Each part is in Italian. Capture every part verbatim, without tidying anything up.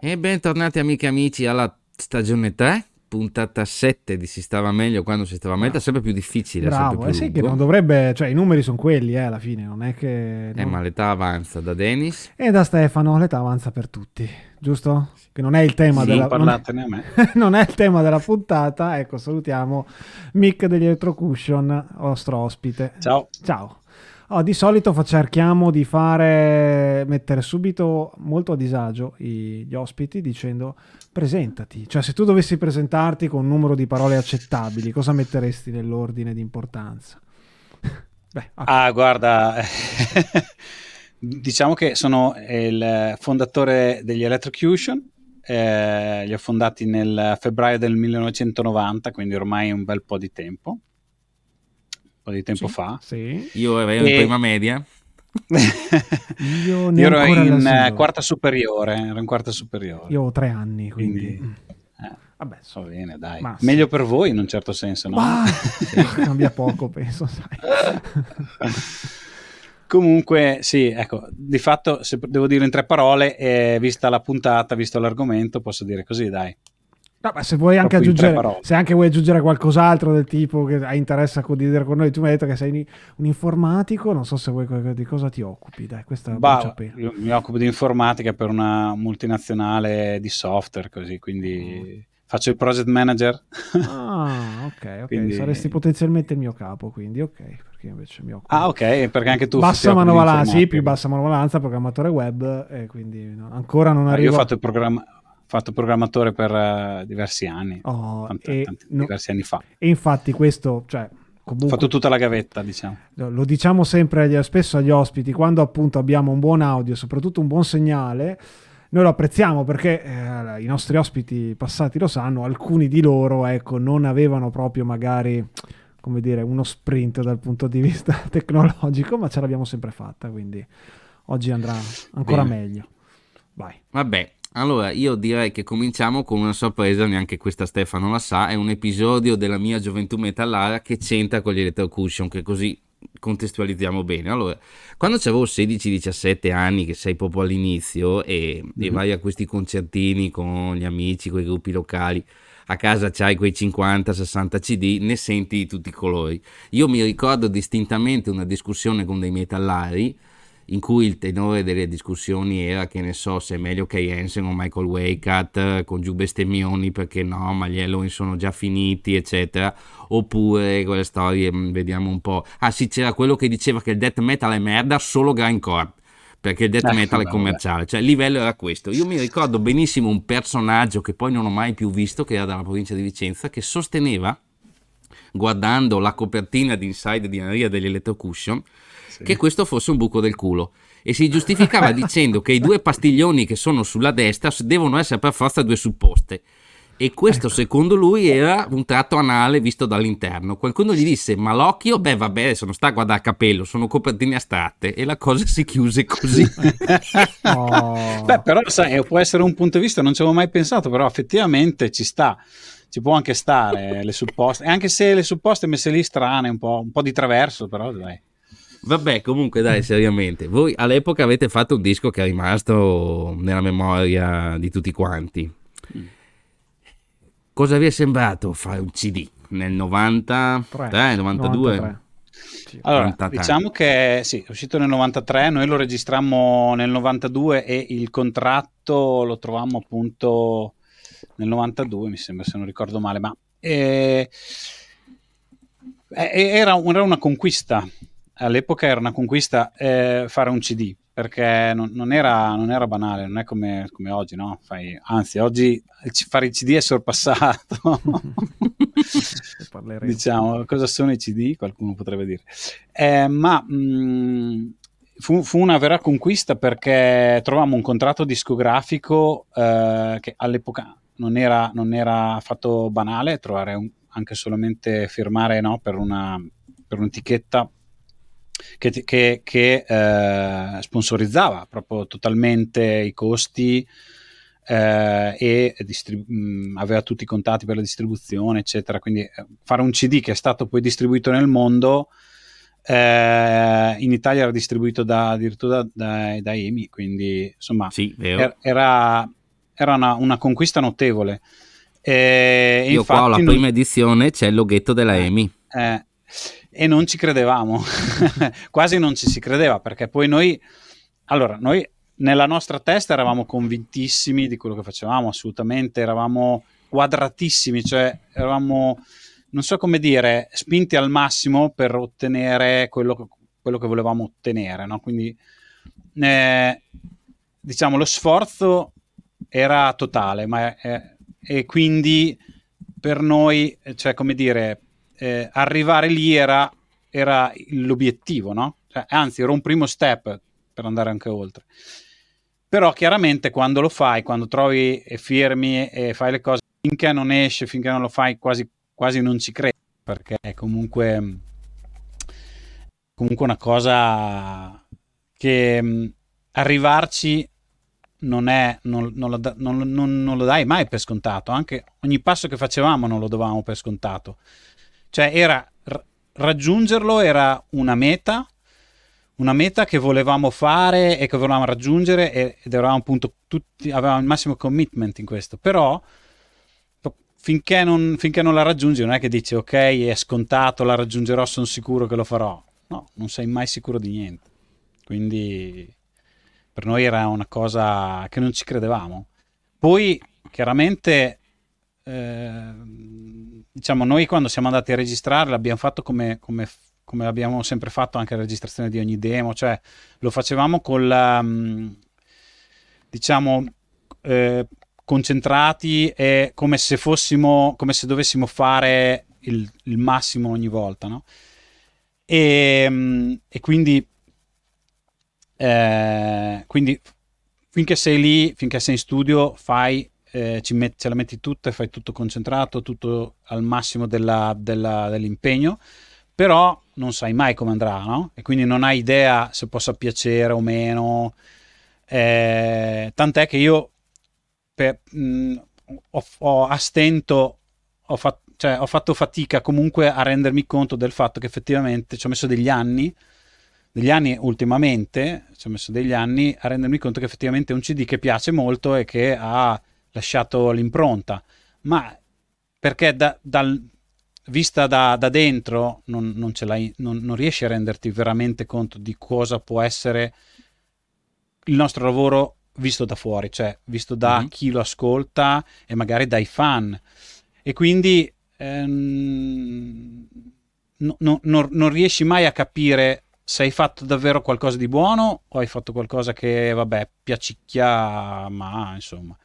E bentornati amiche e amici alla stagione tre, puntata sette di Si stava meglio quando si stava meglio, è sempre più difficile, è sempre Bravo, più eh sì che non lungo. dovrebbe, cioè i numeri sono quelli, eh, alla fine, non è che... Eh, ma non- l'età avanza da Dennis. E da Stefano l'età avanza per tutti, giusto? Che non è il tema Non della... Non è, parlatene a me. non è il tema della puntata, ecco, salutiamo Mick degli Electrocution, nostro ospite. Ciao. Ciao. Oh, di solito fa- cerchiamo di fare, mettere subito molto a disagio i- gli ospiti dicendo presentati, cioè se tu dovessi presentarti con un numero di parole accettabili, cosa metteresti nell'ordine di importanza? Beh, ok. Ah, guarda, diciamo che sono il fondatore degli Electrocution, eh, li ho fondati nel febbraio del millenovecentonovanta, quindi ormai un bel po' di tempo, un po' di tempo Sì, fa. sì. Io ero in E prima media. Io io ero neanche in eh, all'asilo. quarta superiore, ero in quarta superiore, Io ho tre anni, quindi... quindi mm. eh, Vabbè, va so- bene, dai. ma Meglio sì. per voi in un certo senso, no? Ma sì, cambia poco, penso, sai. Comunque, sì, ecco, di fatto, se devo dire in tre parole, eh, vista la puntata, visto l'argomento, posso dire così, dai. No, ma se vuoi anche Proprio in tre aggiungere, parole. se anche vuoi aggiungere qualcos'altro del tipo che hai interesse a condividere con noi, tu mi hai detto che sei ni- un informatico, non so se vuoi di cosa ti occupi, dai, questa è a Bah, bruciapelo. io mi occupo di informatica per una multinazionale di software, così, quindi faccio il project manager. Ah, ok, ok, Quindi... saresti potenzialmente il mio capo, quindi ok, perché invece mi occupo Ah, di ok, perché anche tu ti bassa occupi di manovalanza, sì, più informatica. bassa manovalanza, programmatore web, e quindi no, ancora non Ah, io ho arrivo... fatto il programma... fatto programmatore per uh, diversi anni, Oh, tanti, e, tanti, no, diversi anni fa. e infatti questo, cioè, Ho fatto comunque... tutta la gavetta, diciamo. Lo diciamo sempre agli- spesso agli ospiti, quando appunto abbiamo un buon audio, soprattutto un buon segnale, noi lo apprezziamo perché eh, i nostri ospiti passati lo sanno, alcuni di loro ecco, non avevano proprio magari, come dire, uno sprint dal punto di vista tecnologico, ma ce l'abbiamo sempre fatta, quindi oggi andrà ancora Bene. meglio. Vai. Vabbè, allora io direi che cominciamo con una sorpresa, neanche questa Stefano la sa, è un episodio della mia gioventù metallara che c'entra con gli Electrocution, che così contestualizziamo bene. Allora, quando avevo sedici diciassette anni, che sei proprio all'inizio, e, mm-hmm. e vai a questi concertini con gli amici, con i gruppi locali, a casa c'hai quei cinquanta sessanta C D, ne senti di tutti i colori. Io mi ricordo distintamente una discussione con dei metallari, in cui il tenore delle discussioni era, che ne so, se è meglio Kai Hansen o Michael Weikat, con giù bestemmioni perché no, ma gli Halloween sono già finiti, eccetera, oppure quelle storie, vediamo un po'. Ah sì, c'era quello che diceva che il death metal è merda, solo grindcore, perché il death Eh, metal è vabbè, commerciale, cioè il livello era questo. Io mi ricordo benissimo un personaggio che poi non ho mai più visto, che era dalla provincia di Vicenza, che sosteneva, guardando la copertina di Inside di Aria degli Electrocution, sì, che questo fosse un buco del culo, e si giustificava dicendo che i due pastiglioni che sono sulla destra devono essere per forza due supposte, e questo ecco, secondo lui era un tratto anale visto dall'interno. Qualcuno gli disse ma l'occhio, beh vabbè, adesso non sta a guardare a capello, sono copertine astratte, e la cosa si chiuse così. Oh. Beh, però sai, può essere un punto di vista, non ci avevo mai pensato, però effettivamente ci sta, ci può anche stare le supposte, anche se le supposte messe lì strane, un po', un po' di traverso, però dai. Vabbè, comunque dai, seriamente, voi all'epoca avete fatto un disco che è rimasto nella memoria di tutti quanti. Mm. Cosa vi è sembrato fare un C D nel novantatré, novantadue? novantatré. Allora, novantatré. Diciamo che sì, è uscito nel novantatré, noi lo registrammo nel novantadue e il contratto lo trovammo appunto nel novantadue, mi sembra, se non ricordo male, ma eh, era, era una conquista. All'epoca era una conquista eh, fare un C D, perché non, non, era, non era banale, non è come, come oggi, no? Fai, anzi, oggi fare i C D è sorpassato. Diciamo, cosa sono i C D? Qualcuno potrebbe dire. Eh, ma mh, fu, fu una vera conquista, perché trovammo un contratto discografico eh, che all'epoca non era, non era affatto banale trovare un, anche solamente firmare, no, per una per un'etichetta che, che, che eh, sponsorizzava proprio totalmente i costi eh, e distribu- mh, aveva tutti i contatti per la distribuzione, eccetera. Quindi eh, fare un C D che è stato poi distribuito nel mondo, eh, in Italia era distribuito da, addirittura da, da, da E M I, quindi insomma sì, er, era era una, una conquista notevole. E Io infatti qua ho la non- prima edizione, c'è il loghetto della Eh, EMI. eh, e non ci credevamo, quasi non ci si credeva, perché poi noi, allora, noi nella nostra testa eravamo convintissimi di quello che facevamo, assolutamente, eravamo quadratissimi, cioè eravamo, non so come dire, spinti al massimo per ottenere quello che, quello che volevamo ottenere, no? Quindi, eh, diciamo, lo sforzo era totale, ma eh, e quindi per noi, cioè, come dire, eh, arrivare lì era, era l'obiettivo, no? Cioè, anzi, era un primo step per andare anche oltre. Però chiaramente quando lo fai, quando trovi e firmi e fai le cose, finché non esce, finché non lo fai, quasi, quasi non ci credi, perché è comunque, comunque una cosa che mh, arrivarci non è, non, non, lo, da- non, non- non lo dai mai per scontato, anche ogni passo che facevamo non lo davamo per scontato, cioè era r- raggiungerlo era una meta, una meta che volevamo fare e che volevamo raggiungere, e- ed eravamo appunto tutti, avevamo il massimo commitment in questo, però finché non, finché non la raggiungi non è che dici ok, è scontato, la raggiungerò, sono sicuro che lo farò. No, non sei mai sicuro di niente, quindi per noi era una cosa che non ci credevamo. Poi chiaramente, eh, diciamo, noi quando siamo andati a registrare l'abbiamo fatto come, come, come abbiamo sempre fatto anche la registrazione di ogni demo, cioè lo facevamo con la, mh, diciamo, eh, concentrati e come se fossimo, come se dovessimo fare il, il massimo ogni volta, no? E, mh, e quindi eh, quindi finché sei lì, finché sei in studio, fai, eh, ci met- ce la metti tutta e fai tutto concentrato, tutto al massimo della- della- dell'impegno, però non sai mai come andrà, no? E quindi non hai idea se possa piacere o meno. Eh, tant'è che io per- mh, ho, ho a stento, ho, fat- cioè, ho fatto fatica comunque a rendermi conto del fatto che effettivamente ci ho messo degli anni degli anni ultimamente, ci ho messo degli anni a rendermi conto che effettivamente è un C D che piace molto e che ha lasciato l'impronta, ma perché da, dal, vista da, da dentro non, non, ce l'hai, non, non riesci a renderti veramente conto di cosa può essere il nostro lavoro visto da fuori, cioè visto da Mhm. chi lo ascolta e magari dai fan. E quindi ehm, no- no- non, non riesci mai a capire se hai fatto davvero qualcosa di buono o hai fatto qualcosa che, vabbè, piacicchia, ma insomma.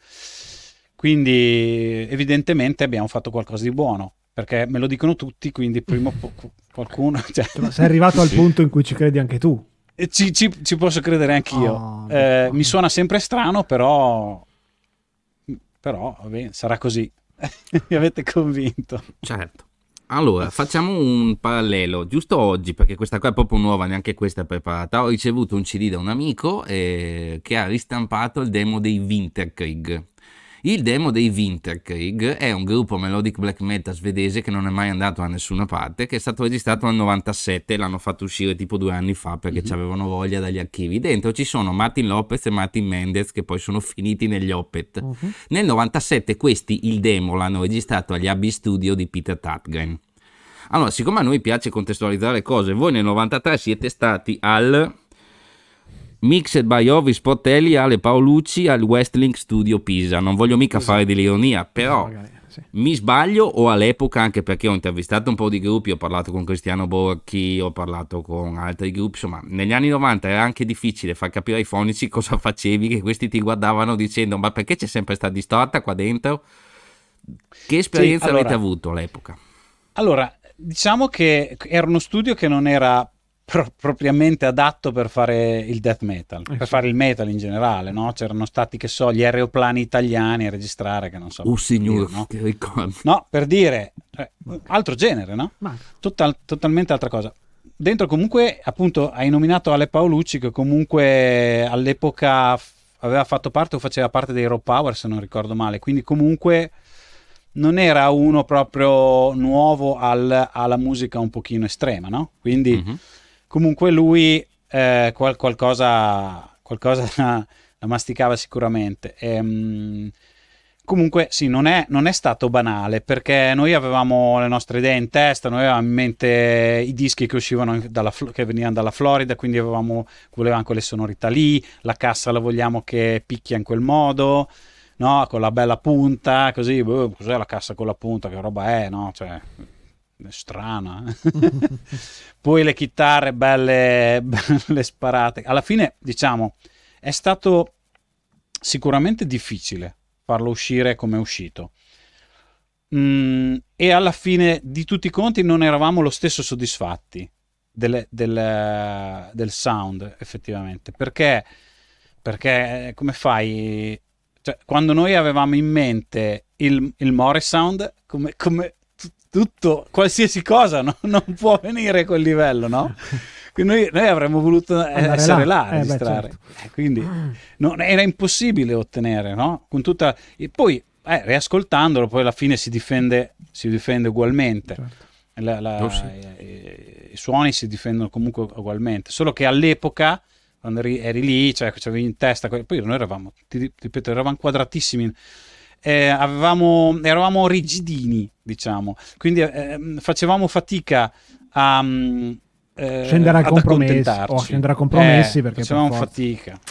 Quindi evidentemente abbiamo fatto qualcosa di buono, perché me lo dicono tutti, quindi prima o po- qualcuno... Cioè, Ma sei arrivato al punto in cui ci credi anche tu. e ci, ci- ci posso credere anch'io. Oh, Eh, beh. mi suona sempre strano, però... Però, vabbè, sarà così. Mi avete convinto. Certo. Allora, facciamo un parallelo. Giusto oggi, perché questa qua è proprio nuova, neanche questa è preparata, ho ricevuto un C D da un amico eh, che ha ristampato il demo dei Winterkrieg. Il demo dei Winterkrieg è un gruppo melodic black metal svedese che non è mai andato a nessuna parte, che è stato registrato nel novantasette, l'hanno fatto uscire tipo due anni fa perché Mhm. avevano voglia dagli archivi. Dentro ci sono Martin Lopez e Martin Mendez che poi sono finiti negli Opeth. Mhm. Nel novantasette questi il demo l'hanno registrato agli Abbey Studio di Peter Tägtgren. Allora, siccome a noi piace contestualizzare le cose, voi nel novantatré siete stati al Mixed by Ovi Sportelli, Ale Paolucci al Westlink Studio Pisa. Non voglio mica Esatto. fare dell'ironia, però Magari, sì. mi sbaglio o all'epoca, anche perché ho intervistato un po' di gruppi, ho parlato con Cristiano Borchi, ho parlato con altri gruppi, insomma, negli anni novanta era anche difficile far capire ai fonici cosa facevi, che questi ti guardavano dicendo ma perché c'è sempre sta distorta qua dentro? Che esperienza Sì, allora- avete avuto all'epoca? Allora, diciamo che era uno studio che non era pro- propriamente adatto per fare il death metal, Eh per sì. fare il metal in generale, no? C'erano stati, che so, gli aeroplani italiani a registrare, che non so. Oh signor, dire, no? che ricordo. No, per dire, eh, altro genere, no? Ma Total- totalmente altra cosa. Dentro comunque, appunto, hai nominato Ale Paolucci, che comunque all'epoca f- aveva fatto parte o faceva parte dei Raw Power, se non ricordo male, quindi comunque non era uno proprio nuovo al- alla musica un pochino estrema, no? Quindi Mhm. comunque lui eh, qual- qualcosa, qualcosa la masticava sicuramente. E, comunque sì, non è, non è stato banale, perché noi avevamo le nostre idee in testa, noi avevamo in mente i dischi che uscivano dalla, che venivano dalla Florida, quindi avevamo, volevamo quelle sonorità lì, la cassa la vogliamo che picchia in quel modo, no? Con la bella punta, così, boh, cos'è la cassa con la punta, che roba è, no? Cioè, è strana. Poi le chitarre belle, belle sparate. Alla fine, diciamo, è stato sicuramente difficile farlo uscire come è uscito, mm, e alla fine di tutti i conti non eravamo lo stesso soddisfatti del, del, del sound, effettivamente, perché perché come fai, cioè, quando noi avevamo in mente il, il Morrisound, come, come t- tutto, qualsiasi cosa no? Non può venire a quel livello, no? Noi, noi avremmo voluto Andare essere là, là, a eh, registrare, beh, certo. eh, quindi non, era impossibile ottenere, no? Con tutta, e poi eh, riascoltandolo, poi alla fine si difende, si difende ugualmente. Certo. La, la, Oh, sì. i, i suoni si difendono comunque ugualmente, solo che all'epoca, quando eri, eri lì, cioè avevi in testa, poi noi eravamo, ti ripeto, eravamo quadratissimi. Eh, avevamo, eravamo rigidini, diciamo, quindi eh, facevamo fatica a eh, scendere a ad compromessi accontentarci. o a scendere a compromessi, eh, perché facevamo per forza. fatica.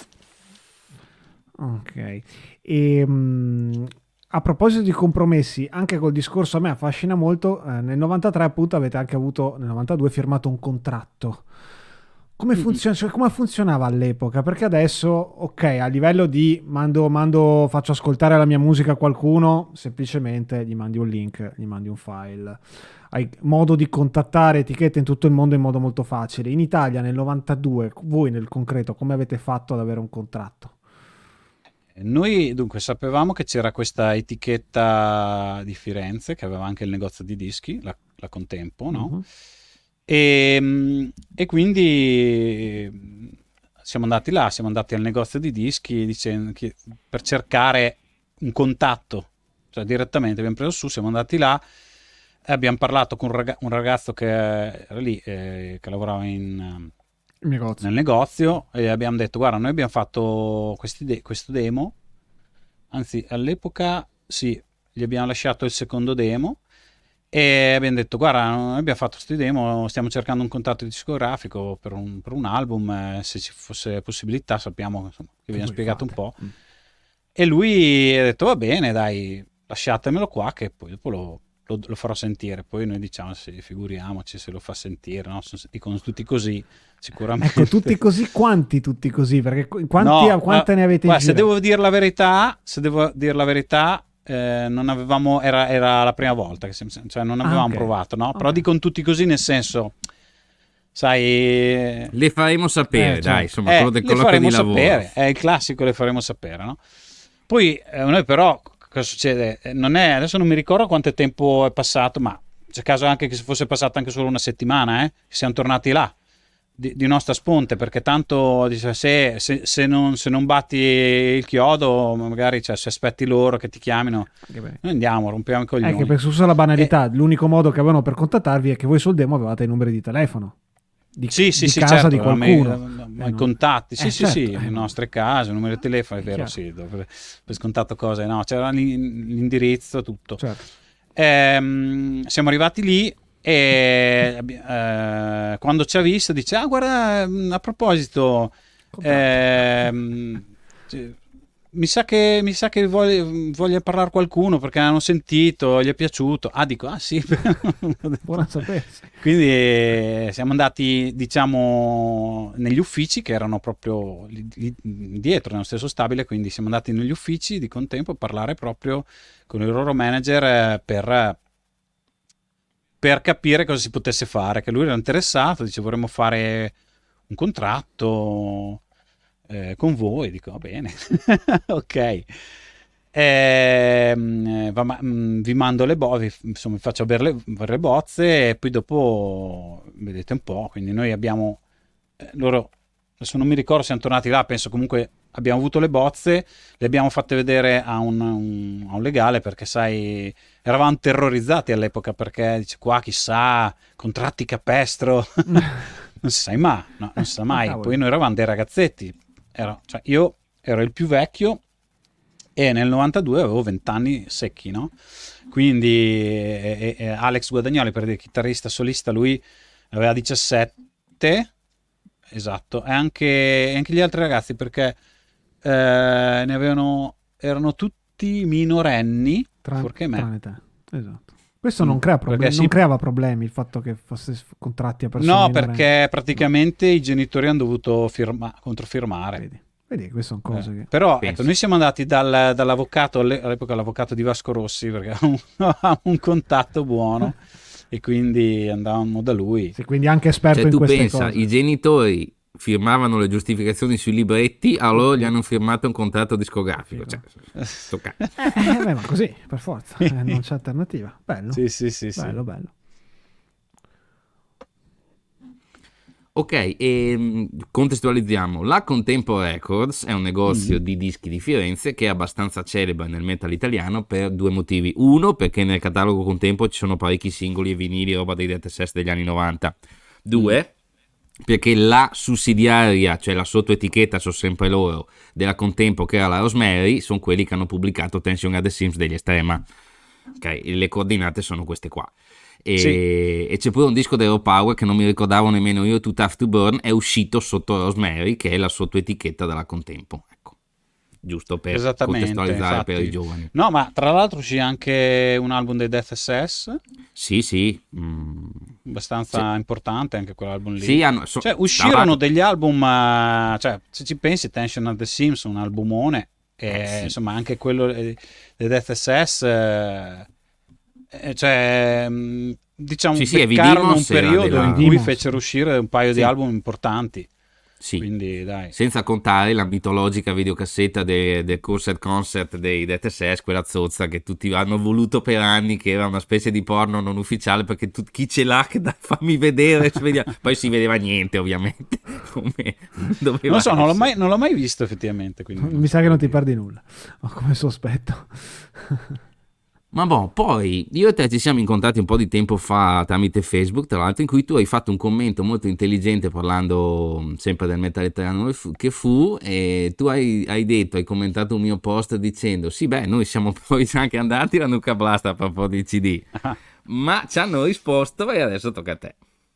Ok. E, mh, a proposito di compromessi, anche col discorso a me affascina molto, eh, nel novantatré appunto avete anche avuto, nel novantadue firmato un contratto. Come, funziona, cioè, come funzionava all'epoca? Perché adesso, ok, a livello di mando, mando, faccio ascoltare la mia musica a qualcuno, semplicemente gli mandi un link, gli mandi un file. Hai modo di contattare etichette in tutto il mondo in modo molto facile. In Italia nel novantadue, voi nel concreto, come avete fatto ad avere un contratto? Noi dunque sapevamo che c'era questa etichetta di Firenze che aveva anche il negozio di dischi, la, la Contempo, no? Uh-huh. E, e quindi siamo andati là, siamo andati al negozio di dischi dicendo che, per cercare un contatto, cioè direttamente abbiamo preso su, siamo andati là e abbiamo parlato con un, ragazzo, un ragazzo che era lì, eh, che lavorava in, negozio. nel negozio, e abbiamo detto: guarda, noi abbiamo fatto questi de- questo demo, anzi all'epoca sì, gli abbiamo lasciato il secondo demo. E abbiamo detto: guarda, noi abbiamo fatto questi demo, stiamo cercando un contatto discografico per un, per un album, eh, se ci fosse possibilità, sappiamo, insomma, che vi abbiamo spiegato fate? un po'. Mm. E lui ha detto: va bene, dai, lasciatemelo qua che poi dopo lo, lo, lo farò sentire. Poi noi diciamo: sì, figuriamoci se lo fa sentire, no? Dicono tutti così, sicuramente. Ecco, tutti così, quanti tutti così? Perché quanti, no, quante uh, ne avete guarda, in giro? Se devo dire la verità, se devo dire la verità, Eh, non avevamo, era, era la prima volta che siamo, cioè non avevamo ah, okay. provato, no? Okay. Però dicono tutti così, nel senso, sai, le faremo sapere, eh, dai, insomma, eh, quello del le faremo di sapere, lavoro. È il classico, le faremo sapere, no? Poi eh, noi però, cosa succede? Non è, adesso non mi ricordo quanto tempo è passato, ma c'è caso anche che se fosse passata anche solo una settimana, eh, siamo tornati là. Di, di nostra sponte, perché tanto dice, se, se, se, non, se non batti il chiodo, magari cioè, se aspetti loro che ti chiamino, noi andiamo, rompiamo i coglioni. È che per usa la banalità, e... l'unico modo che avevano per contattarvi è che voi sul demo avevate i numeri di telefono di, sì, sì, di sì, casa certo, di qualcuno, ma i contatti, sì, eh, sì, certo, sì, eh, le nostre case, il numero di telefono, è vero, chiaro. sì, per, per scontato cose, no, c'era l'indirizzo, tutto. Certo. Ehm, siamo arrivati lì. E eh, quando ci ha visto dice: ah, guarda, a proposito, eh, mi sa che mi sa che voglia, voglia parlare qualcuno perché hanno sentito, gli è piaciuto. Ah, dico, ah sì, buona sapersi. Quindi siamo andati, diciamo, negli uffici che erano proprio lì, lì dietro nello stesso stabile, quindi siamo andati negli uffici di Contempo a parlare proprio con il loro manager per per capire cosa si potesse fare, che lui era interessato, dice: vorremmo fare un contratto eh, con voi. Dico: va bene. Ok, eh, va, ma, vi mando le bozze, insomma vi faccio avere le, le bozze e poi dopo vedete un po'. Quindi noi abbiamo eh, loro, adesso non mi ricordo, siamo tornati là, penso comunque abbiamo avuto le bozze, le abbiamo fatte vedere a un, un, a un legale, perché sai, eravamo terrorizzati all'epoca, perché dice: qua chissà, contratti capestro, non si sa mai, no, non si sa mai. Poi noi eravamo dei ragazzetti, Era, cioè io ero il più vecchio e nel novantadue avevo venti anni secchi, no? Quindi e, e Alex Guadagnoli, per dire, chitarrista solista, lui aveva diciassette, esatto, e anche, anche gli altri ragazzi, perché eh, ne avevano, erano tutti minorenni, Tra, fuorché me. Tranne te, esatto. Questo non, crea proble- Perché non sì. creava problemi il fatto che fosse contratti a persone No, minorenni. perché praticamente no. I genitori hanno dovuto firma- controfirmare. Vedi, vedi, queste sono cose Eh, che... Però Penso. ecco, noi siamo andati dal, dall'avvocato, alle- all'epoca l'avvocato di Vasco Rossi, perché avevamo un contatto buono e quindi andavamo da lui. Sì, quindi anche esperto Cioè in tu queste pensa, cose. i genitori firmavano le giustificazioni sui libretti, a loro gli hanno firmato un contratto discografico. Cioè, sto ca- Eh, beh, ma così, per forza, eh, non c'è alternativa. Bello, Sì, sì, sì, sì. bello, bello. Ok, e contestualizziamo. La Contempo Records è un negozio mm. di dischi di Firenze che è abbastanza celebre nel metal italiano per due motivi. Uno, perché nel catalogo Contempo ci sono parecchi singoli e vinili, roba dei Death Access degli anni novanta. Due, mm. perché la sussidiaria, cioè la sottoetichetta, sono sempre loro, della Contempo, che era la Rosemary, sono quelli che hanno pubblicato Tension at the Sims degli Estrema. Ok, le coordinate sono queste qua. E, sì. E c'è pure un disco di Raw Power che non mi ricordavo nemmeno io, Too Tough to Burn, è uscito sotto Rosemary, che è la sottoetichetta della Contempo, ecco, giusto per contestualizzare, infatti, per i giovani. No, ma tra l'altro uscì anche un album dei Death S S. Sì, sì. Mm. Abbastanza sì. importante anche quell'album lì. Sì, hanno, so, cioè, uscirono degli album, cioè, se ci pensi, Tension at the Sims, un albumone, e eh, sì. insomma anche quello dei Death S S... Eh, cioè diciamo sì, sì, peccarono un periodo della... in cui fecero uscire un paio sì. di album importanti, sì. Quindi dai, senza contare la mitologica videocassetta del de concert concert dei Death S S, quella zozza che tutti hanno voluto per anni, che era una specie di porno non ufficiale, perché tu, chi ce l'ha che da, fammi vedere poi si vedeva niente ovviamente come doveva non so, non l'ho, essere. mai, non l'ho mai visto effettivamente, quindi mi sa che non ti perdi nulla, ho come sospetto. Ma boh, poi io e te ci siamo incontrati un po' di tempo fa tramite Facebook, tra l'altro, in cui tu hai fatto un commento molto intelligente parlando sempre del metal italiano che fu, e tu hai, hai detto, hai commentato un mio post dicendo sì beh, noi siamo poi anche andati a Nuka Blast a proposito di C D, ma ci hanno risposto e adesso tocca a te.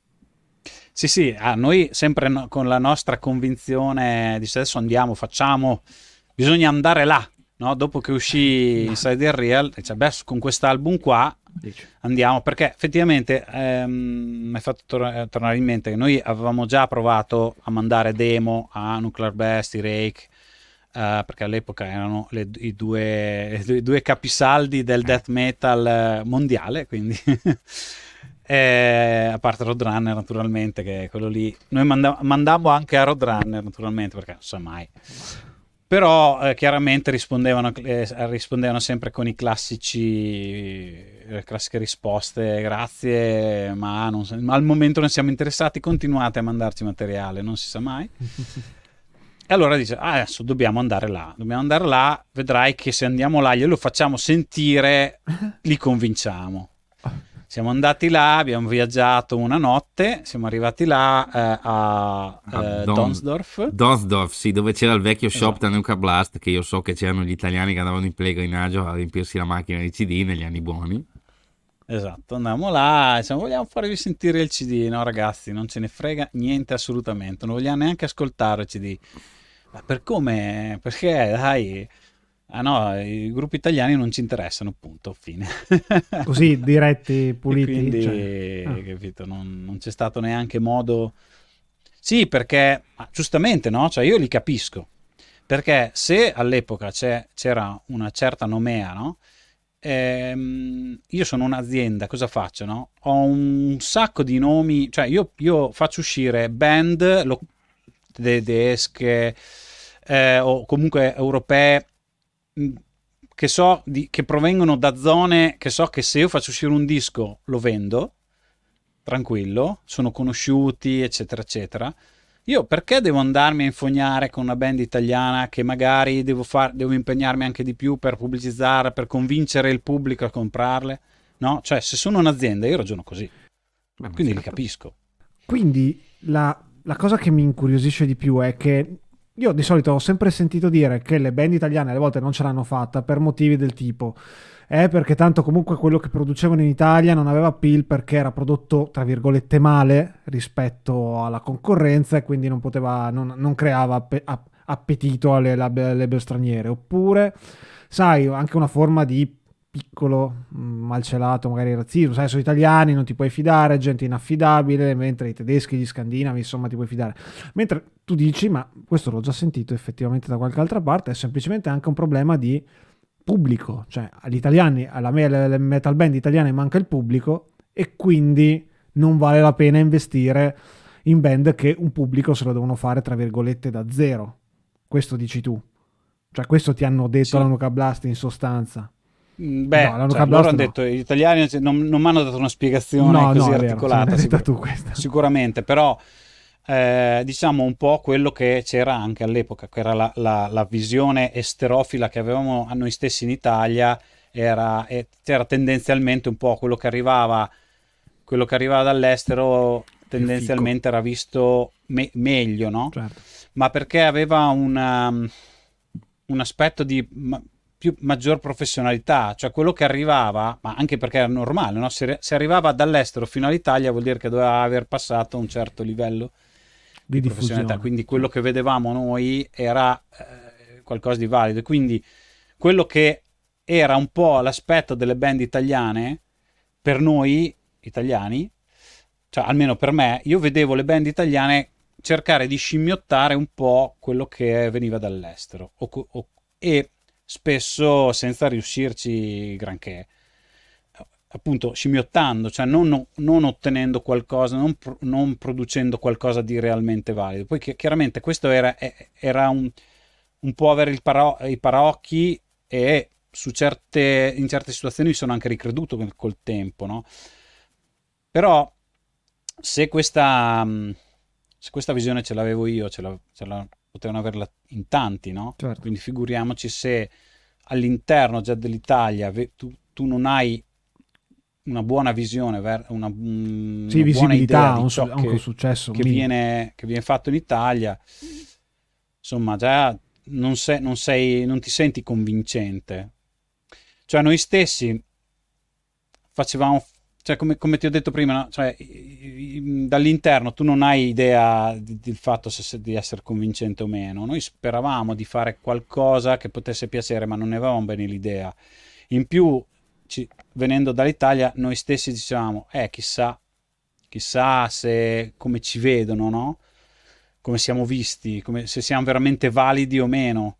Sì sì, ah, noi sempre no, con la nostra convinzione di adesso andiamo, facciamo, bisogna andare là. No, dopo che uscì Inside the Real, cioè, beh, con quest'album qua andiamo, perché effettivamente ehm, mi è fatto tor- tornare in mente che noi avevamo già provato a mandare demo a Nuclear Blast, i Rake, uh, perché all'epoca erano le, i, due, i due capisaldi del death metal mondiale, quindi e, a parte Roadrunner naturalmente, che è quello lì, noi manda- mandammo anche a Roadrunner naturalmente, perché non so mai. Però eh, chiaramente rispondevano, eh, rispondevano sempre con i classici, le classiche risposte, grazie, ma, non, ma al momento non siamo interessati, continuate a mandarci materiale, non si sa mai. E allora dice, ah, adesso dobbiamo andare là, dobbiamo andare là, vedrai che se andiamo là glielo facciamo sentire, li convinciamo. Siamo andati là, abbiamo viaggiato una notte, siamo arrivati là eh, a, a eh, Don, Donsdorf. Donsdorf, sì, dove c'era il vecchio shop esatto. da Nuka Blast, che io so che c'erano gli italiani che andavano in pellegrinaggio a riempirsi la macchina di C D negli anni buoni. Esatto, andavamo là, diciamo, vogliamo farvi sentire il C D, no ragazzi, non ce ne frega niente assolutamente, non vogliamo neanche ascoltare il C D. Ma per come? Perché dai... Ah no, i gruppi italiani non ci interessano, punto, fine. Così diretti, puliti. E quindi, cioè... ah. capito, non, non c'è stato neanche modo... Sì, perché, ah, giustamente, no? Cioè io li capisco. Perché se all'epoca c'è, c'era una certa nomea, no? Ehm, io sono un'azienda, cosa faccio, no? Ho un sacco di nomi, cioè io, io faccio uscire band lo, tedesche eh, o comunque europee, che so di, che provengono da zone che so che se io faccio uscire un disco lo vendo tranquillo, sono conosciuti eccetera eccetera. Io perché devo andarmi a infognare con una band italiana che magari devo far, devo impegnarmi anche di più per pubblicizzare, per convincere il pubblico a comprarle, no? Cioè se sono un'azienda io ragiono così. Beh, quindi certo. Li capisco. Quindi la, la cosa che mi incuriosisce di più è che io di solito ho sempre sentito dire che le band italiane alle volte non ce l'hanno fatta per motivi del tipo è perché tanto comunque quello che producevano in Italia non aveva appeal perché era prodotto tra virgolette male rispetto alla concorrenza e quindi non poteva, non, non creava app- app- appetito alle label, label straniere, oppure sai anche una forma di piccolo mh, malcelato magari razzismo, sai sono italiani non ti puoi fidare, gente inaffidabile, mentre i tedeschi, gli scandinavi insomma ti puoi fidare, mentre tu dici ma questo l'ho già sentito effettivamente da qualche altra parte, è semplicemente anche un problema di pubblico, cioè agli italiani, alla me- alle metal band italiane manca il pubblico e quindi non vale la pena investire in band che un pubblico se lo devono fare tra virgolette da zero. Questo dici tu, cioè questo ti hanno detto Sì. la Nuka Blast in sostanza. Beh, No, la Nuka cioè, Blast loro hanno no. detto gli italiani non, non mi hanno dato una spiegazione No, così no, è vero, articolata, se l'hai detta sicur- tu questa. sicuramente, però eh, diciamo un po' quello che c'era anche all'epoca, che era la, la- la visione esterofila che avevamo a noi stessi in Italia, era, e- era tendenzialmente un po' quello che arrivava, quello che arrivava dall'estero, tendenzialmente era visto me- meglio, no? Certo. Ma perché aveva una, un aspetto di ma- più, maggior professionalità, cioè quello che arrivava, ma anche perché era normale, no? Se, se arrivava dall'estero fino all'Italia vuol dire che doveva aver passato un certo livello Di di professionalità, diffusione. quindi quello che vedevamo noi era eh, qualcosa di valido, quindi quello che era un po' l'aspetto delle band italiane per noi italiani, cioè almeno per me, io vedevo le band italiane cercare di scimmiottare un po' quello che veniva dall'estero o, o, e spesso senza riuscirci granché, appunto scimmiottando, cioè non, non ottenendo qualcosa, non, non producendo qualcosa di realmente valido. Poi chiaramente questo era, era un, un po' avere il paro, i paraocchi e su certe, in certe situazioni mi sono anche ricreduto col, col tempo, no? Però se questa, se questa visione ce l'avevo io, ce la, ce la potevano averla in tanti, no? Certo. Quindi figuriamoci se all'interno già dell'Italia tu, tu non hai una buona visione, una, una sì, buona idea di un, ciò anche che, un successo, che, viene, che viene fatto in Italia, insomma già non, sei, non, sei, non ti senti convincente. Cioè noi stessi facevamo, cioè come, come ti ho detto prima, no? Cioè, dall'interno tu non hai idea di, del fatto se, se, di essere convincente o meno. Noi speravamo di fare qualcosa che potesse piacere, ma non ne avevamo bene l'idea. In più, ci, venendo dall'Italia, noi stessi dicevamo, eh, chissà, chissà se come ci vedono, no? Come siamo visti, come, se siamo veramente validi o meno.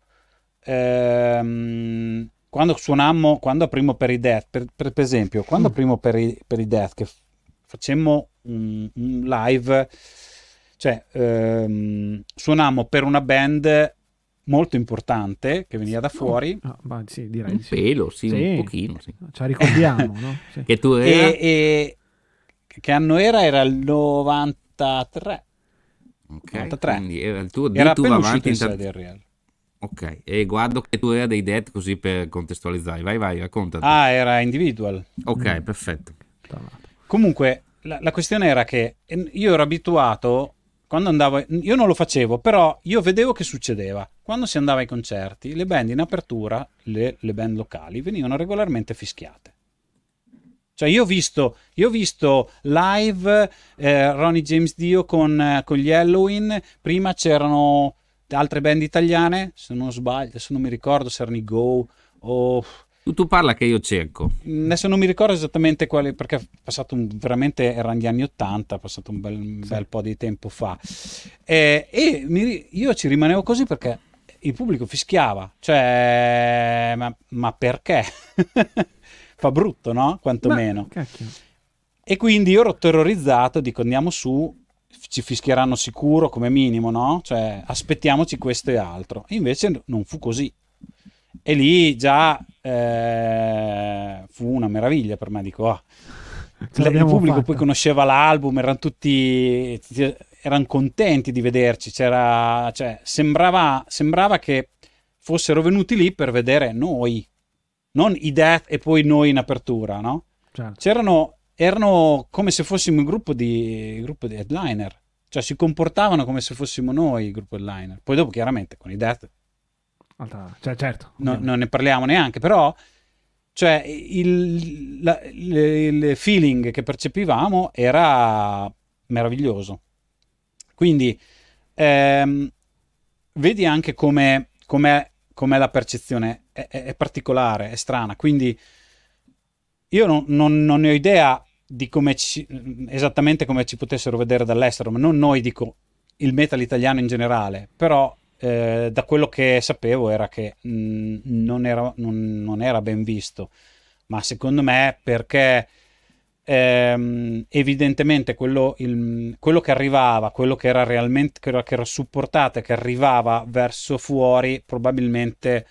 Ehm, quando suonammo, quando aprimo per i Death, per, per, per esempio, quando mm. aprimo per i, per i Death, che facemmo un, un live, cioè ehm, suonammo per una band molto importante che veniva da fuori. Oh, ah, sì, direi un sì. pelo, sì, sì, un pochino. Sì. Ce la ricordiamo, no? Sì. Che tu era? E, e, che anno era? Era il novantatré. Ok, novantatré. quindi era il tuo era tu appena avanti uscito in in Real. Ok, e guardo che tu era dei Dead così per contestualizzare. Vai, vai, raccontati. Ah, era Individual. Ok, mm. perfetto. Comunque, la, la questione era che io ero abituato, quando andavo, io non lo facevo, però io vedevo che succedeva. Quando si andava ai concerti, le band in apertura, le, le band locali, venivano regolarmente fischiate. Cioè io ho visto, io ho visto live eh, Ronnie James Dio con, eh, con gli Halloween, prima c'erano altre band italiane, se non sbaglio, adesso non mi ricordo se erano i Go o... Tu, tu parla che io cerco. Adesso non mi ricordo esattamente quale, perché è passato un, veramente, erano gli anni ottanta, è passato un bel, un bel po' di tempo fa. E, e mi, io ci rimanevo così perché il pubblico fischiava, cioè, ma, ma perché? Fa brutto, no? Quantomeno. Ma, e quindi io ero terrorizzato, dico andiamo su, ci fischieranno sicuro come minimo, no? Cioè aspettiamoci questo e altro. E invece non fu così. E lì già eh, fu una meraviglia per me, dico, oh. il pubblico fatta. Poi conosceva l'album, erano tutti, erano contenti di vederci, c'era, cioè, sembrava, sembrava che fossero venuti lì per vedere noi, non i Death e poi noi in apertura, no? Certo. C'erano, erano come se fossimo un gruppo di, gruppo di headliner, cioè si comportavano come se fossimo noi il gruppo headliner. Poi dopo chiaramente con i Death Altra, cioè, certo, no, non ne parliamo neanche, però cioè il, la, il, il feeling che percepivamo era meraviglioso. Quindi ehm, vedi anche come com'è, com'è la percezione, è, è, è particolare, è strana. Quindi io non, non, non ne ho idea di come ci, esattamente come ci potessero vedere dall'estero, ma non noi, dico il metal italiano in generale, però eh, da quello che sapevo era che mh, non, era, non, non era ben visto, ma secondo me perché ehm, evidentemente quello, il, quello che arrivava, quello che era realmente, che era, che era supportato e che arrivava verso fuori, probabilmente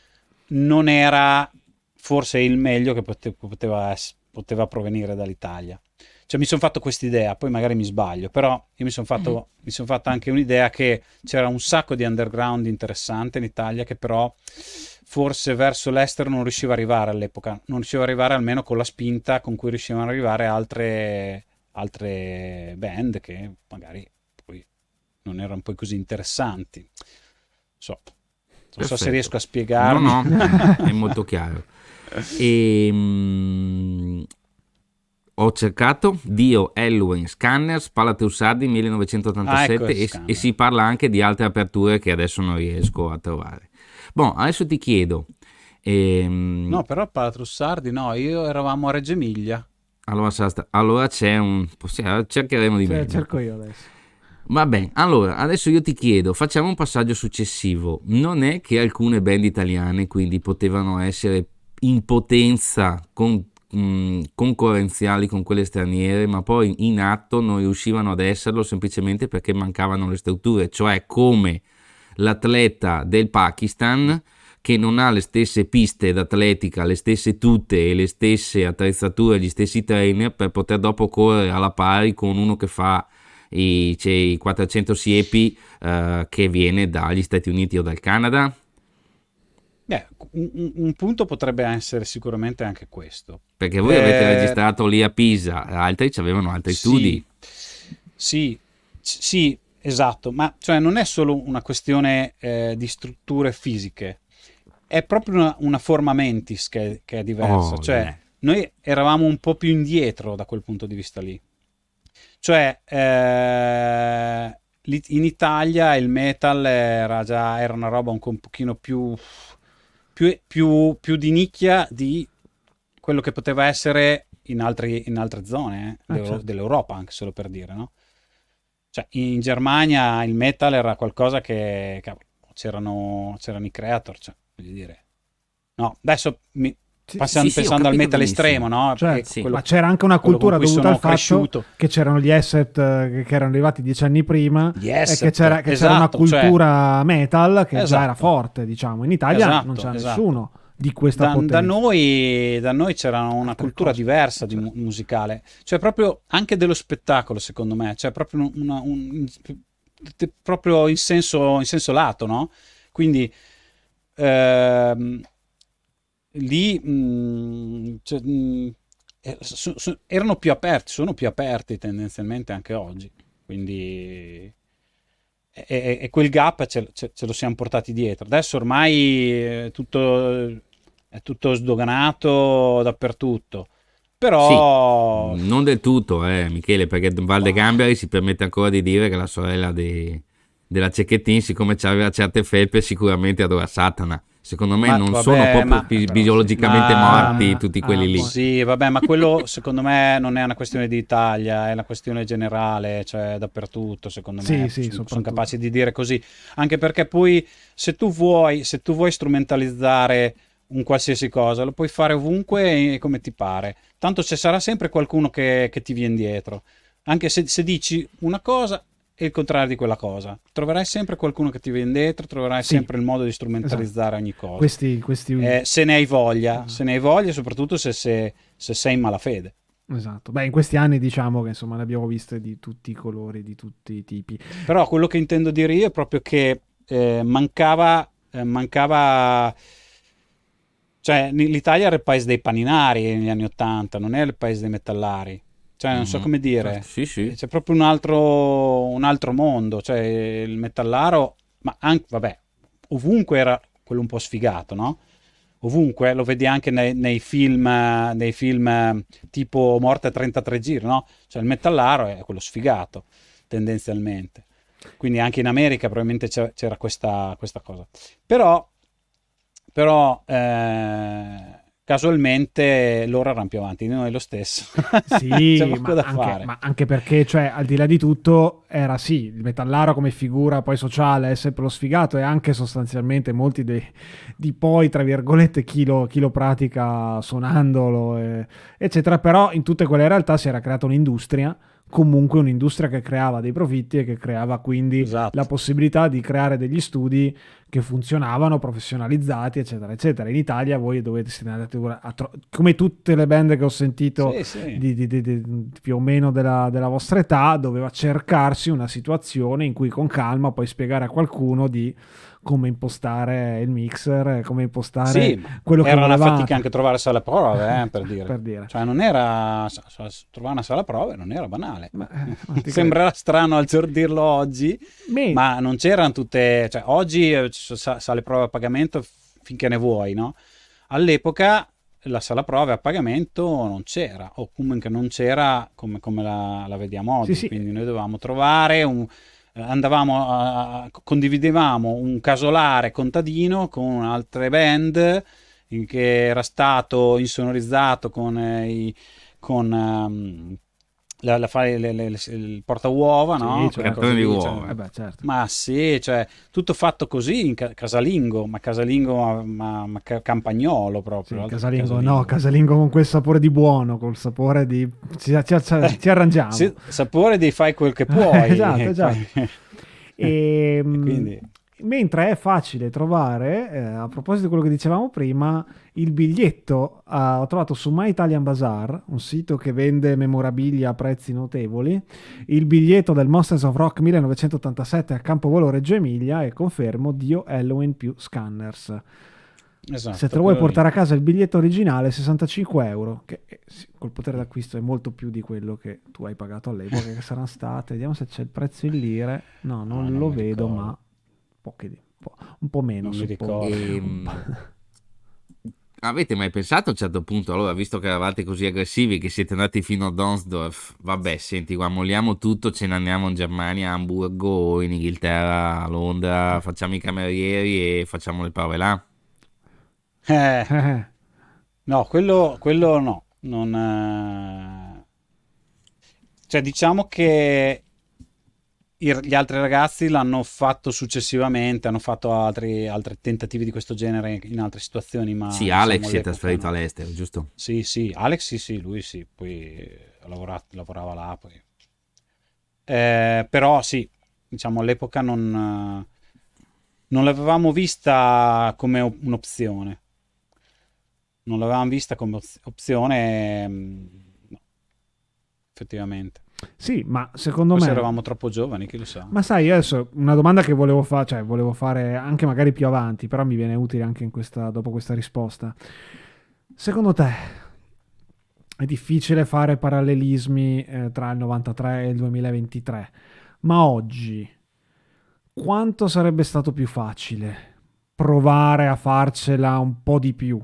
non era forse il meglio che poteva, poteva, poteva provenire dall'Italia. Cioè mi sono fatto quest'idea, poi magari mi sbaglio, però io mi sono fatto, mm-hmm. mi son fatto anche un'idea che c'era un sacco di underground interessante in Italia che però forse verso l'estero non riusciva a arrivare all'epoca, non riusciva a arrivare almeno con la spinta con cui riuscivano ad arrivare altre, altre band che magari poi non erano poi così interessanti. So, non so se riesco a spiegarmi. No, no, è molto chiaro. E, um, ho cercato Dio, Helloween, Scanners, Palateus Sardi millenovecentottantasette ah, ecco, e, e si parla anche di altre aperture che adesso non riesco a trovare. Boh, adesso ti chiedo. Ehm... No, però Palateus Sardi no, io eravamo a Reggio Emilia. Allora, allora c'è un... cercheremo di vedere. Cerco io adesso. Va bene, allora adesso io ti chiedo, facciamo un passaggio successivo. Non è che alcune band italiane quindi potevano essere in potenza con, mh, concorrenziali con quelle straniere, ma poi in atto non riuscivano ad esserlo semplicemente perché mancavano le strutture, cioè come l'atleta del Pakistan che non ha le stesse piste d'atletica, le stesse tute e le stesse attrezzature, gli stessi trainer per poter dopo correre alla pari con uno che fa i, c'è i quattrocento siepi uh, che viene dagli Stati Uniti o dal Canada. Beh, un, un punto potrebbe essere sicuramente anche questo. Perché voi eh, avete registrato lì a Pisa, altri avevano altri sì, studi. Sì, sì, esatto, ma cioè non è solo una questione eh, di strutture fisiche, è proprio una, una forma mentis che, che è diversa. Oh, cioè yeah. Noi eravamo un po' più indietro da quel punto di vista lì. Cioè eh, in Italia il metal era già era una roba un, un pochino più... Più, più, più di nicchia di quello che poteva essere in, altri, in altre zone eh, ah, certo. dell'Europa, anche solo per dire, no? Cioè in Germania il metal era qualcosa che cavolo, c'erano, c'erano i Creator, cioè, voglio dire. No, adesso mi, sì, passando, sì, pensando sì, al metal benissimo. estremo, no? Cioè, sì. quello, ma c'era anche una cultura dovuta al fatto cresciuto. che c'erano gli asset che erano arrivati dieci anni prima asset, e che c'era, che esatto, c'era una cultura cioè, metal che esatto. già era forte, diciamo. In Italia esatto, non c'era esatto. nessuno di questa da, potenza. Da noi, da noi c'era una Altre cultura cose, diversa cioè. di mu- musicale, cioè proprio anche dello spettacolo, secondo me, cioè proprio una, un, proprio in senso, in senso lato, no? Quindi ehm, lì mh, cioè, mh, so, so, erano più aperti, sono più aperti tendenzialmente anche oggi, quindi e, e, e quel gap ce, ce, ce lo siamo portati dietro. Adesso ormai è tutto, è tutto sdoganato dappertutto, però sì, non del tutto eh, Michele, perché Valdegamberi si permette ancora di dire che la sorella di, della Cecchettin, siccome aveva certe felpe, sicuramente adora Satana. Secondo me ma, non vabbè, sono proprio ma, bi- biologicamente ma, morti tutti quelli ah, lì. Sì, vabbè, ma quello secondo me non è una questione di Italia, è una questione generale, cioè dappertutto, secondo sì, me. Sì, sono, sono capaci di dire così. Anche perché poi se tu vuoi, se tu vuoi strumentalizzare un qualsiasi cosa, lo puoi fare ovunque e come ti pare. Tanto ci sarà sempre qualcuno che, che ti viene dietro. Anche se, se dici una cosa e il contrario di quella cosa, troverai sempre qualcuno che ti viene dietro, troverai sì. sempre il modo di strumentalizzare esatto. ogni cosa. Questi, questi... Eh, se ne hai voglia, esatto. se ne hai voglia, soprattutto se, se, se sei in malafede. Esatto. Beh, in questi anni diciamo che insomma ne abbiamo viste di tutti i colori, di tutti i tipi. Però quello che intendo dire io è proprio che eh, mancava, eh, mancava. Cioè, l'Italia era il paese dei paninari negli anni Ottanta, non era il paese dei metallari. cioè non so Mhm. come dire, Sì, sì. c'è proprio un altro, un altro mondo, cioè il metallaro, ma anche, vabbè, ovunque era quello un po' sfigato, no? Ovunque, lo vedi anche nei, nei film, eh, nei film eh, tipo Morte a trentatré giri, no? Cioè il metallaro è quello sfigato, tendenzialmente. Quindi anche in America probabilmente c'è- c'era questa, questa cosa. Però, però eh, casualmente loro erano più avanti di noi lo stesso. Sì, C'è poco ma da anche, fare. ma anche perché, cioè, al di là di tutto, era sì, il metallaro come figura poi sociale è sempre lo sfigato e anche sostanzialmente molti dei, di poi, tra virgolette, chi lo, chi lo pratica suonandolo, e- eccetera, però in tutte quelle realtà si era creata un'industria, comunque un'industria che creava dei profitti e che creava quindi la Esatto. possibilità di creare degli studi che funzionavano, professionalizzati, eccetera, eccetera. In Italia voi dovete, siete andati a tro- come tutte le band che ho sentito Sì, sì. di, di- di- di- più o meno della, della vostra età, doveva cercarsi una situazione in cui con calma puoi spiegare a qualcuno di come impostare il mixer, come impostare Sì, ma quello che era una fatica volevate, anche trovare sala prove, eh, per dire. per dire. Cioè, non era sa- sa- trovare una sala prove non era banale. Ma, eh, ma ti credo. Sembrerà strano al giorno dirlo oggi, Me- ma non c'erano tutte. Cioè, oggi eh, ci sono sa- sale prove a pagamento finché ne vuoi, no? All'epoca la sala prove a pagamento non c'era, o comunque non c'era come, come la, la vediamo Sì, oggi. sì. Quindi noi dovevamo trovare un. eh, Andavamo a, a- condividevamo un casolare contadino con altre band in che era stato insonorizzato con, eh, i, con ehm, la, la, fare le- le- le- il portauova, Sì, no? certo. Quelle Cartone cose di lì, uova. cioè, Eh beh, certo. ma sì, cioè, tutto fatto così in ca- casalingo, ma casalingo, ma, ma- ma ca- campagnolo Sì, proprio. altro che casalingo, no, casalingo con quel sapore di buono, col sapore di... Ci, ci- ci- ci arrangiamo. Sì, sapore di fai quel che puoi. Esatto, e esatto. poi- E, e quindi mentre è facile trovare, eh, a proposito di quello che dicevamo prima, il biglietto, eh, ho trovato su My Italian Bazaar, un sito che vende memorabilia a prezzi notevoli, il biglietto del Monsters of Rock millenovecentottantasette a Campovolo Reggio Emilia e confermo Dio Halloween più Scanners. esatto, Se te lo vuoi quello lì. portare a casa il biglietto originale sessantacinque euro, che eh, sì, col potere d'acquisto è molto più di quello che tu hai pagato all'epoca, che saranno state, vediamo se c'è il prezzo in lire, no, non Ah, non lo mi vedo, ricordo. ma poche di- un po', un po' meno, Non mi suppongo. ricordo. Ehm, avete mai pensato a un certo punto, allora, visto che eravate così aggressivi, che siete andati fino a Donsdorf, vabbè, senti, qua molliamo tutto, ce ne andiamo in Germania, a Hamburgo o in Inghilterra, a Londra, facciamo i camerieri e facciamo le prove là? Eh, Eh, no, quello, quello no. Non, eh, cioè, diciamo che i- gli altri ragazzi l'hanno fatto successivamente, hanno fatto altri, altri tentativi di questo genere in altre situazioni, ma Sì, diciamo, Alex si è all'epoca trasferito no. all'estero, giusto? Sì, sì, Alex sì, sì, lui sì, poi ha lavorato- lavorava là, poi. Eh, però sì, diciamo all'epoca non, eh, non l'avevamo vista come op- un'opzione. Non l'avevamo vista come oz- opzione, mm, no, effettivamente. sì, ma secondo Forse me... eravamo troppo giovani, chi lo sa. Ma sai, io adesso una domanda che volevo fare, cioè volevo fare anche magari più avanti, però mi viene utile anche in questa, dopo questa risposta. Secondo te è difficile fare parallelismi eh, tra il novantatré e il duemilaventitré, ma oggi quanto sarebbe stato più facile provare a farcela un po' di più?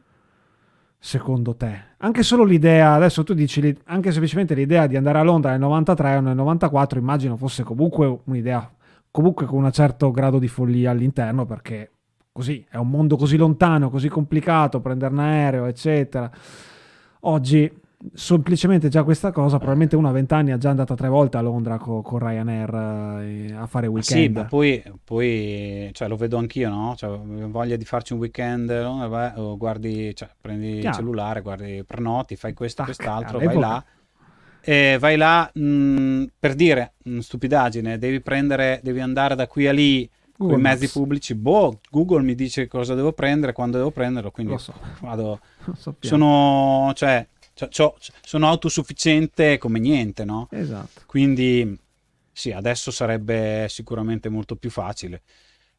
Secondo te? Anche solo l'idea, adesso tu dici, li- anche semplicemente l'idea di andare a Londra nel novantatré o nel novantaquattro, immagino fosse comunque un'idea, comunque con un certo grado di follia all'interno, perché così, è un mondo così lontano, così complicato, prendere un aereo, eccetera. Oggi, semplicemente già questa cosa, probabilmente uno a venti anni ha già andato tre volte a Londra co- con Ryanair eh, a fare Ma sì, weekend. ma poi, poi cioè, lo vedo anch'io, no? Cioè, ho voglia di farci un weekend, no? Vai, o guardi, cioè, prendi il Chiaro. cellulare, guardi, prenoti, fai questo, Tac, quest'altro, vai all'epoca. là. E vai là, mh, per dire, mh, stupidaggine, devi prendere, devi andare da qui a lì con Google i mezzi Maps. pubblici. Boh, Google mi dice cosa devo prendere, quando devo prenderlo, quindi Lo so. vado. Lo sappiamo. Sono, cioè, c'ho- c'ho- sono autosufficiente come niente, no? Esatto. Quindi sì, adesso sarebbe sicuramente molto più facile.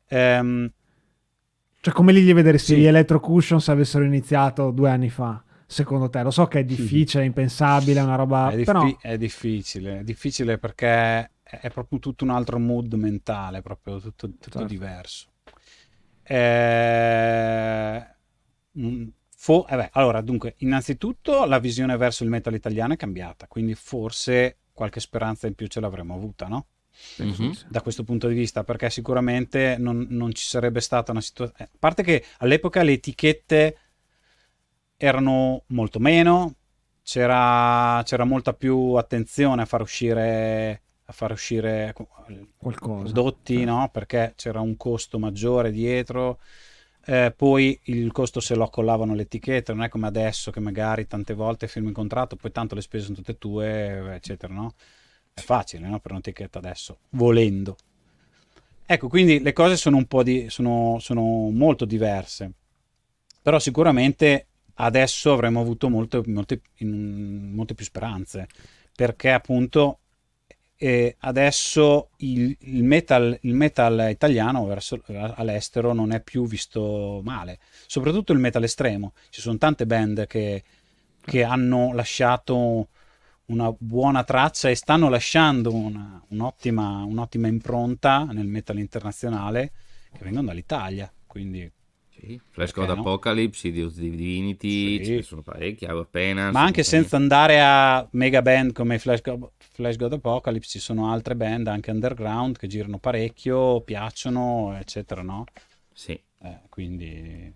Ehm, Cioè, come li gli vedresti Sì. gli Electro Cushion se avessero iniziato due anni fa? secondo te? Lo so che è difficile, è impensabile, è una roba... È, diffi- però... è difficile, è difficile perché è proprio tutto un altro mood mentale, proprio tutto, tutto Certo. diverso. Eh, mm, fo- eh beh, allora, dunque, innanzitutto la visione verso il metal italiano è cambiata, quindi forse qualche speranza in più ce l'avremmo avuta, no? Penso Mhm. di sì. Da questo punto di vista, perché sicuramente non, non ci sarebbe stata una situazione... A parte che all'epoca le etichette erano molto meno, c'era, c'era molta più attenzione a far uscire, a far uscire Qualcosa. prodotti, Certo. no? Perché c'era un costo maggiore dietro. Eh, poi il costo se lo accollavano le etichette, non è come adesso che magari tante volte firmi un contratto, poi tanto le spese sono tutte tue, eccetera, no? È facile, no? Per un'etichetta adesso, volendo. Ecco, quindi le cose sono un po' di, sono, sono molto diverse, però sicuramente adesso avremmo avuto molte, molte, in- molte più speranze, perché appunto eh, adesso il, il metal, il metal italiano verso, all'estero non è più visto male, soprattutto il metal estremo. Ci sono tante band che, che hanno lasciato una buona traccia e stanno lasciando una- un'ottima, un'ottima impronta nel metal internazionale che vengono dall'Italia, quindi Sì, Flash God perché no? Apocalypse, Idios Divinity, ce ne Sì. sono parecchi, Our Penance Ma e anche compagnia. senza andare a mega band come Flash God, Flash God Apocalypse, ci sono altre band anche underground che girano parecchio, piacciono, eccetera, no? Sì, Eh, quindi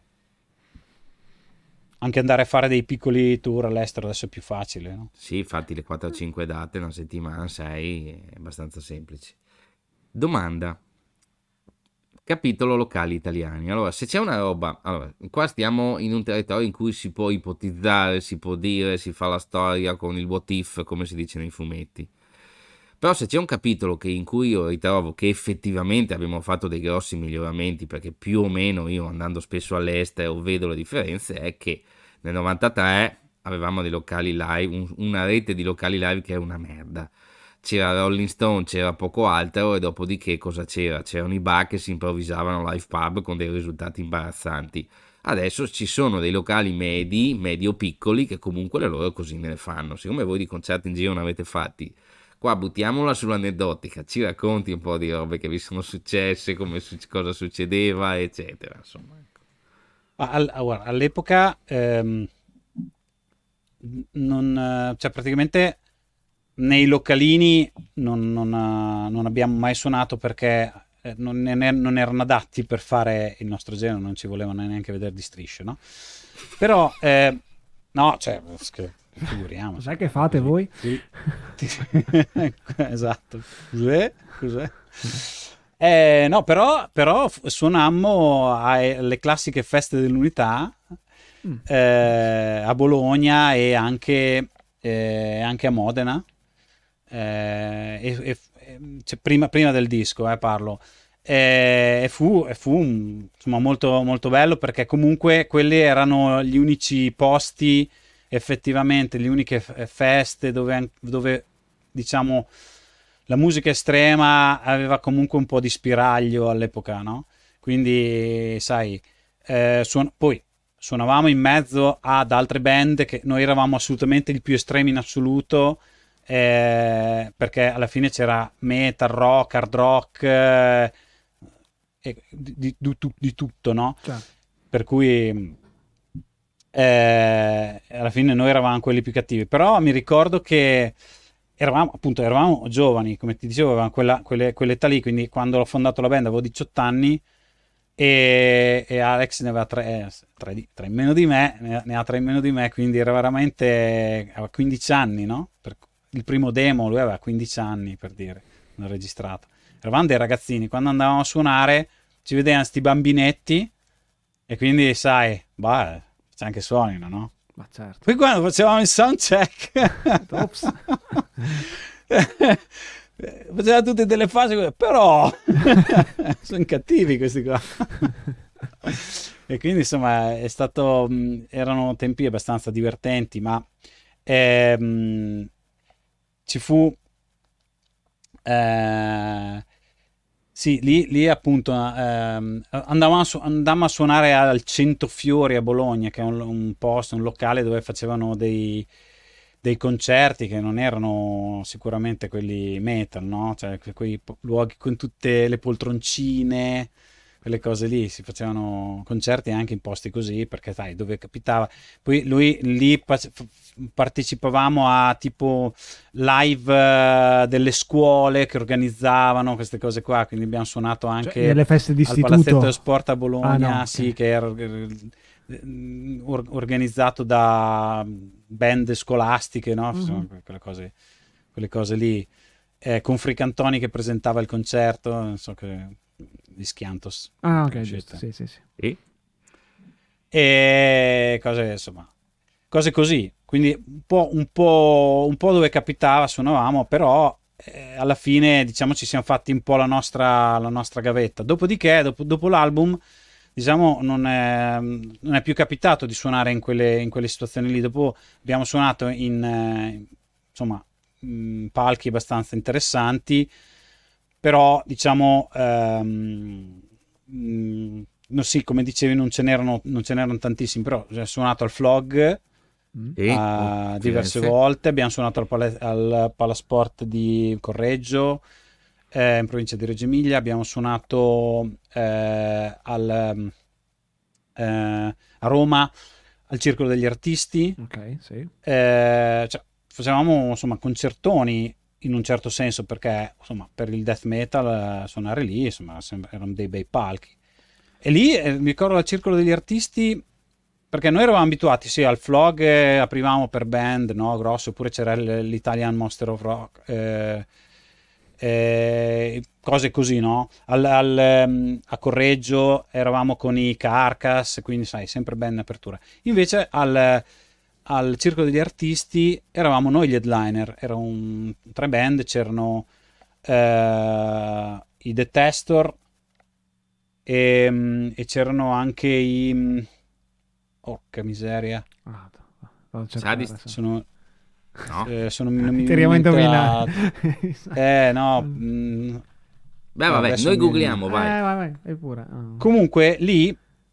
anche andare a fare dei piccoli tour all'estero adesso è più facile, no? sì, infatti le quattro cinque date, una settimana, sei, è abbastanza semplice. Domanda. Capitolo locali italiani. Allora, se c'è una roba, allora, qua stiamo in un territorio in cui si può ipotizzare, si può dire, si fa la storia con il what if, come si dice nei fumetti. Però se c'è un capitolo che in cui io ritrovo che effettivamente abbiamo fatto dei grossi miglioramenti, perché più o meno io andando spesso all'estero vedo le differenze, è che nel novantatré avevamo dei locali live, un- una rete di locali live che è una merda. C'era Rolling Stone, c'era poco altro e dopodiché cosa c'era? C'erano i bar che si improvvisavano live pub con dei risultati imbarazzanti. Adesso ci sono dei locali medi, medio piccoli che comunque le loro cosine le fanno. Siccome voi di concerti in giro non avete fatti, qua buttiamola sull'aneddotica, ci racconti un po' di robe che vi sono successe, come, su- cosa succedeva, eccetera. Insomma, ecco. All- allora, all'epoca ehm, non, eh, cioè praticamente nei localini non, non, eh, non abbiamo mai suonato perché eh, non, ne- non erano adatti per fare il nostro genere, non ci volevano neanche vedere di strisce, no? Però, eh, no, cioè, scher- figuriamoci. Cos'è che fate Così. voi? Sì. Esatto. Cos'è? Cos'è? Eh, no, però, però f- suonammo alle classiche feste dell'unità Mm. eh, a Bologna e anche, eh, anche a Modena. Eh, e, e- e- cioè, prima, prima del disco, eh, parlo. Eh, E fu, e fu un- insomma, molto, molto bello perché comunque quelli erano gli unici posti, effettivamente, le uniche f- feste dove, dove diciamo la musica estrema aveva comunque un po' di spiraglio all'epoca, no? Quindi, sai, eh, suon- poi suonavamo in mezzo ad altre band che noi eravamo assolutamente i più estremi in assoluto, eh, perché alla fine c'era metal, rock, hard rock, eh, e di, di- di tu- di tutto, no? Cioè, Per cui eh, alla fine noi eravamo quelli più cattivi, però mi ricordo che eravamo appunto eravamo giovani, come ti dicevo, avevamo quella, quelle, quell'età lì, quindi quando ho fondato la band avevo diciotto anni e, e Alex ne aveva tre, tre, di- tre in meno di me, ne, ne ha tre in meno di me, quindi era veramente aveva quindici anni, no? Per il primo demo lui aveva quindici anni, per dire, l'ho registrato. Eravamo dei ragazzini, quando andavamo a suonare ci vedevano sti bambinetti e quindi sai, bah, c'è anche suonino, no? ma certo. Poi quando facevamo il sound check Ops. faceva tutte delle fasi, però sono cattivi questi qua. E quindi insomma è stato mh, erano tempi abbastanza divertenti, ma ehm, ci fu eh, Sì, lì, lì appunto ehm, andavamo, a su- andammo a suonare al Cento Fiori a Bologna, che è un, un posto, un locale dove facevano dei, dei concerti che non erano sicuramente quelli metal, no? Cioè que- quei po- luoghi con tutte le poltroncine, quelle cose lì, si facevano concerti anche in posti così, perché sai, dove capitava. Poi lui lì pa- f- partecipavamo a tipo live eh, delle scuole che organizzavano queste cose qua, quindi abbiamo suonato Cioè, anche nelle feste al Palazzetto dello d'istituto? Sport a Ah Bologna, no, sì, ok. che era eh, or- organizzato da band scolastiche, no? Mhm. Insomma, quelle cose, quelle cose lì, eh, con Fricantoni che presentava il concerto, non so che di Schiantos, Ah, ok, giusto, conoscete. sì, sì, sì. Sì. E cose, insomma, cose così. Quindi un po', un po', un po' dove capitava suonavamo, però eh, alla fine diciamo ci siamo fatti un po' la nostra, la nostra gavetta. Dopodiché, dopo, dopo l'album, diciamo, non è, non è più capitato di suonare in quelle, in quelle situazioni lì. Dopo abbiamo suonato in, eh, insomma, mh, palchi abbastanza interessanti, però diciamo ehm, mh, no, sì, come dicevi non ce n'erano, non ce n'erano tantissimi, però ho suonato al Flog Mm. Sì, oh, uh, diverse Firenze. volte, abbiamo suonato al, pala- al Palasport di Correggio, eh, in provincia di Reggio Emilia, abbiamo suonato eh, al, um, eh, a Roma al Circolo degli Artisti, Ok, sì. eh, cioè, facevamo insomma concertoni in un certo senso, perché insomma per il death metal eh, suonare lì insomma sem- erano dei bei palchi. E lì eh, mi ricordo al Circolo degli Artisti, perché noi eravamo abituati, sì, al Flog eh, aprivamo per band, no, grosso, oppure c'era l- l'Italian Monster of Rock, eh, eh, cose così, no? Al, al, ehm, a Correggio eravamo con i Carcass, quindi sai, sempre band in apertura. Invece al, al Circolo degli Artisti eravamo noi gli headliner, erano un, tre band, c'erano eh, i Detestor e, e c'erano anche i... Porca miseria. Ah, vado a cercare. Sadist? Sì. Sono, No? eh, sono, non mi Ti viene in arrivo a mente indovinare. la... Eh, no. mh, Beh, no, vabbè, adesso noi non mi viene in googliamo, mente. vai. Eh, vai, vai, vai pure. Ah. Comunque, lì...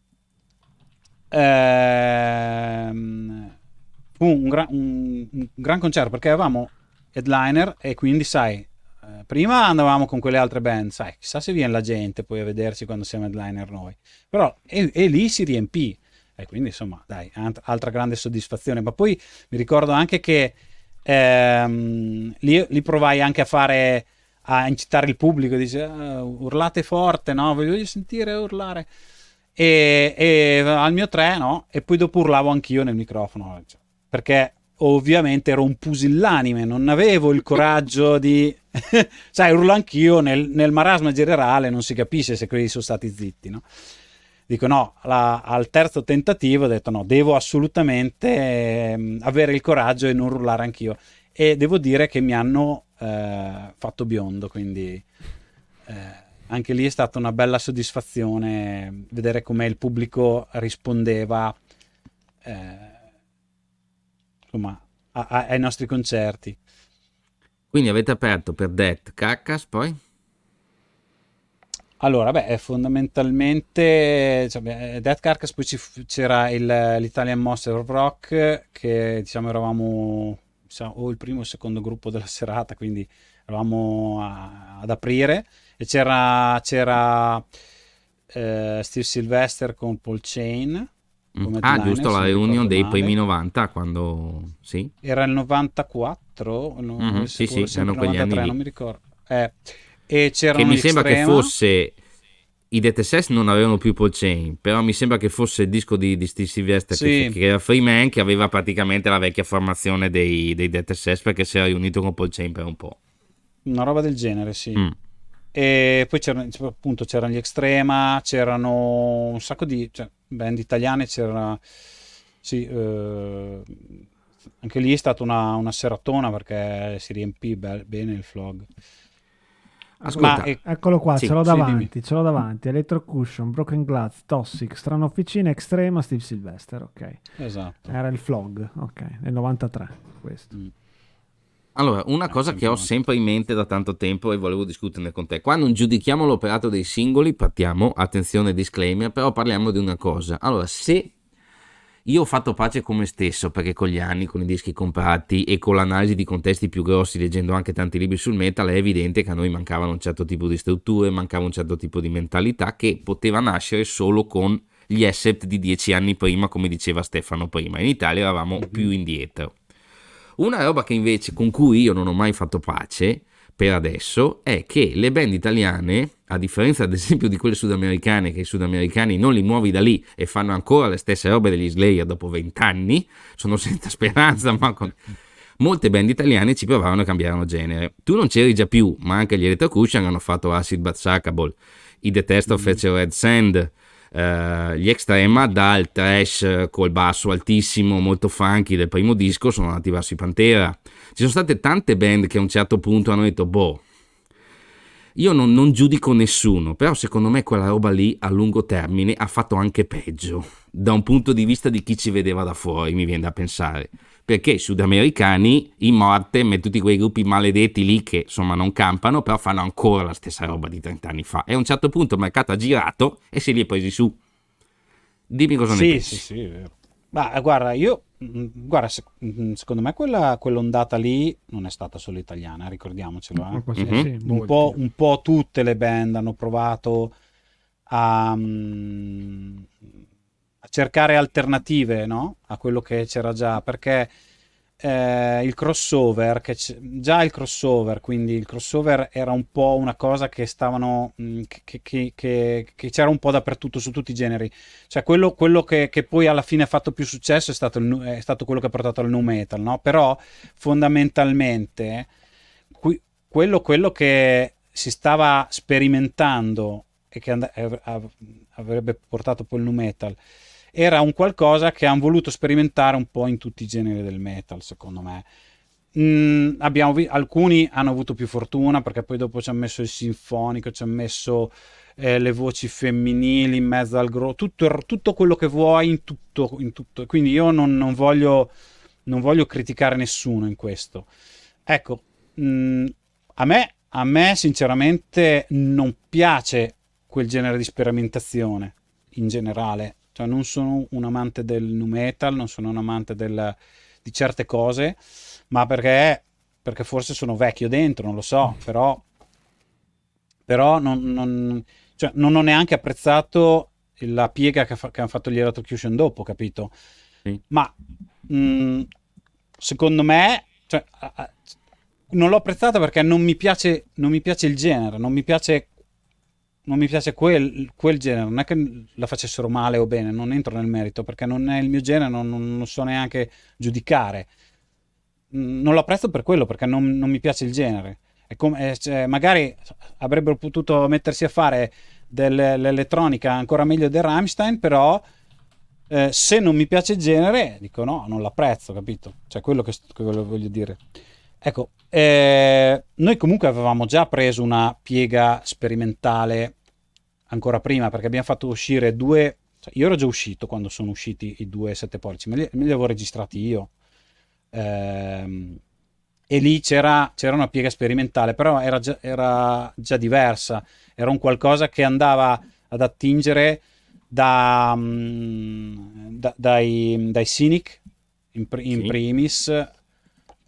ehm, fu un, gra- un- un gran concerto, perché avevamo headliner e quindi, sai, eh, prima andavamo con quelle altre band, sai, chissà se viene la gente poi a vederci quando siamo headliner noi. Però, e, e lì si riempì. E quindi, insomma, dai, ant- altra grande soddisfazione. Ma poi mi ricordo anche che ehm, lì, lì provai anche a fare, a incitare il pubblico, dice, "Ah, urlate forte, no? Voglio sentire urlare. E, e al mio tre, no? E poi dopo urlavo anch'io nel microfono, cioè, perché ovviamente ero un pusillanime, non avevo il coraggio di... sai, urlo anch'io nel, nel marasma generale, non si capisce se quelli sono stati zitti, no? Dico no, la, al terzo tentativo ho detto no, devo assolutamente ehm, avere il coraggio e non urlare anch'io. E devo dire che mi hanno eh, fatto biondo, quindi eh, anche lì è stata una bella soddisfazione vedere come il pubblico rispondeva eh, insomma, a- a- ai nostri concerti. Quindi avete aperto per Death, Carcass, poi? Allora, beh, fondamentalmente cioè, beh, Death Carcass, poi ci fu- c'era il- l'Italian Monster of Rock, che diciamo eravamo diciamo, o il primo o il secondo gruppo della serata, quindi eravamo a- ad aprire, e c'era, c'era eh, Steve Sylvester con Paul Chain Mm. come Ah, headliner, giusto, la se non reunion ricordo dei primi male. novanta, quando... Sì? Era il novantaquattro no, o, Mhm, il- sì, o sì, erano sempre il quegli anni novantatré, non lì. mi ricordo. Eh, e Che c'erano mi gli sembra che Extrema. fosse... I Death S S non avevano più Paul Chain, però mi sembra che fosse il disco di, di Steve Sylvester che, Sì, che era Freeman, che aveva praticamente la vecchia formazione dei, dei Death S S, perché si era riunito con Paul Chain per un po'. una roba del genere, sì. Mm. E poi c'erano, appunto, c'erano gli Extrema, c'erano un sacco di cioè, band italiane, c'era... Sì, eh, anche lì è stata una, una seratona perché si riempì be- bene il Flog. Ma Ascolta, eh, Eccolo qua, ce sì, l'ho sì, dimmi. davanti, ce l'ho davanti. Electrocution, Broken Glass, Toxic, Strana Officina, Extrema, Steve Sylvester, ok. Esatto. Era il Flog, ok, nel novantatré questo. Mm. Allora, una cosa che ho sempre in mente da tanto tempo e volevo discuterne con te, qua non giudichiamo l'operato dei singoli, partiamo, attenzione disclaimer, però parliamo di una cosa. Allora, se io ho fatto pace con me stesso, perché con gli anni, con i dischi comprati e con l'analisi di contesti più grossi, leggendo anche tanti libri sul metal, è evidente che a noi mancavano un certo tipo di strutture, mancava un certo tipo di mentalità che poteva nascere solo con gli asset di dieci anni prima, come diceva Stefano prima. In Italia eravamo più indietro. Una roba che invece con cui io non ho mai fatto pace per adesso è che le band italiane, a differenza ad esempio di quelle sudamericane, che i sudamericani non li muovi da lì e fanno ancora le stesse robe degli Slayer dopo vent'anni, sono senza speranza, ma con... molte band italiane ci provavano a cambiare genere. Tu non c'eri già più, ma anche gli Electrocution hanno fatto Acid But Suckable, i The Tester fecero Red Sand, Uh, gli Extrema dal trash col basso altissimo molto funky del primo disco sono andati verso i Pantera. Ci sono state tante band che a un certo punto hanno detto boh, io non, non giudico nessuno, però secondo me quella roba lì a lungo termine ha fatto anche peggio da un punto di vista di chi ci vedeva da fuori, mi viene da pensare, perché i sudamericani in morte, ma tutti quei gruppi maledetti lì che insomma non campano, però fanno ancora la stessa roba di trenta anni fa, e a un certo punto il mercato ha girato e se li è presi su. Dimmi cosa sì, ne pensi. Sì, sì, è vero. Ma guarda, io guarda, secondo me quella, quell'ondata lì non è stata solo italiana, ricordiamocelo, eh? Sì, mm-hmm. sì, un, po', un po' tutte le band hanno provato a, a cercare alternative, no? A quello che c'era già, perché eh, il crossover, che già il crossover, quindi il crossover era un po' una cosa che stavano, che, che, che, che c'era un po' dappertutto su tutti i generi, cioè quello, quello che, che poi alla fine ha fatto più successo è stato, il, è stato quello che ha portato al nu metal, no? Però fondamentalmente qui, quello, quello che si stava sperimentando e che and- avrebbe portato poi il nu metal era un qualcosa che hanno voluto sperimentare un po' in tutti i generi del metal, secondo me. Mm, abbiamo vi- alcuni hanno avuto più fortuna perché poi dopo ci hanno messo il sinfonico, ci hanno messo eh, le voci femminili in mezzo al gro, tutto, tutto quello che vuoi in tutto, in tutto. Quindi io non, non voglio non voglio criticare nessuno in questo. Ecco, mh, a me a me sinceramente non piace quel genere di sperimentazione in generale. Cioè, non sono un amante del nu metal, non sono un amante del, di certe cose, ma perché, perché forse sono vecchio dentro, non lo so, però, però non, non, cioè, non ho neanche apprezzato la piega che, fa, che hanno fatto gli Electrocution dopo, capito? Sì. Ma mh, secondo me, cioè, non l'ho apprezzata perché non mi piace, non mi piace il genere, non mi piace non mi piace quel, quel genere, non è che la facessero male o bene, non entro nel merito perché non è il mio genere, non, non so neanche giudicare. Non lo apprezzo per quello, perché non, non mi piace il genere. È come, cioè, magari avrebbero potuto mettersi a fare dell'elettronica ancora meglio del Rammstein, però eh, se non mi piace il genere, dico no, non l'apprezzo, capito? Cioè quello che, che voglio dire. Ecco, eh, noi comunque avevamo già preso una piega sperimentale ancora prima, perché abbiamo fatto uscire due, cioè io ero già uscito quando sono usciti i due sette pollici, me li, me li avevo registrati io, eh, e lì c'era, c'era una piega sperimentale, però era già, era già diversa, era un qualcosa che andava ad attingere da, da, dai, dai Cynic in, in sì. primis, Uh,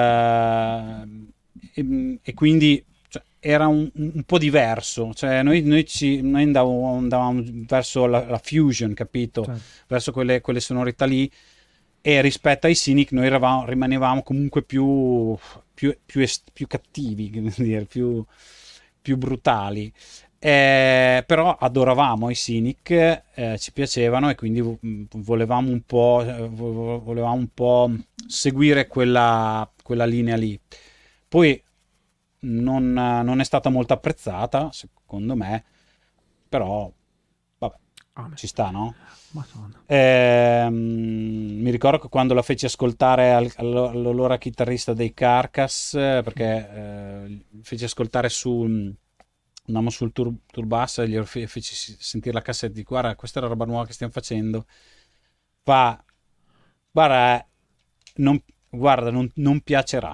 e, e quindi cioè, era un, un po' diverso, cioè noi, noi, ci, noi andavamo, andavamo verso la, la fusion, capito? Certo. Verso quelle, quelle sonorità lì, e rispetto ai Cynic noi eravamo, rimanevamo comunque più, più, più, est, più cattivi, dire, più, più brutali. Eh, però adoravamo i Cynic, eh, ci piacevano, e quindi volevamo un po' volevamo un po' seguire quella, quella linea lì. Poi non, non è stata molto apprezzata, secondo me, però vabbè, ah, ci sta, no? Eh, mi ricordo che quando la feci ascoltare al, all'allora chitarrista dei Carcass, perché eh, feci ascoltare su andammo sul tur- Turbus e gli feci sentire la cassetta, di guarda, questa è la roba nuova che stiamo facendo, fa guarda non, guarda non, non piacerà,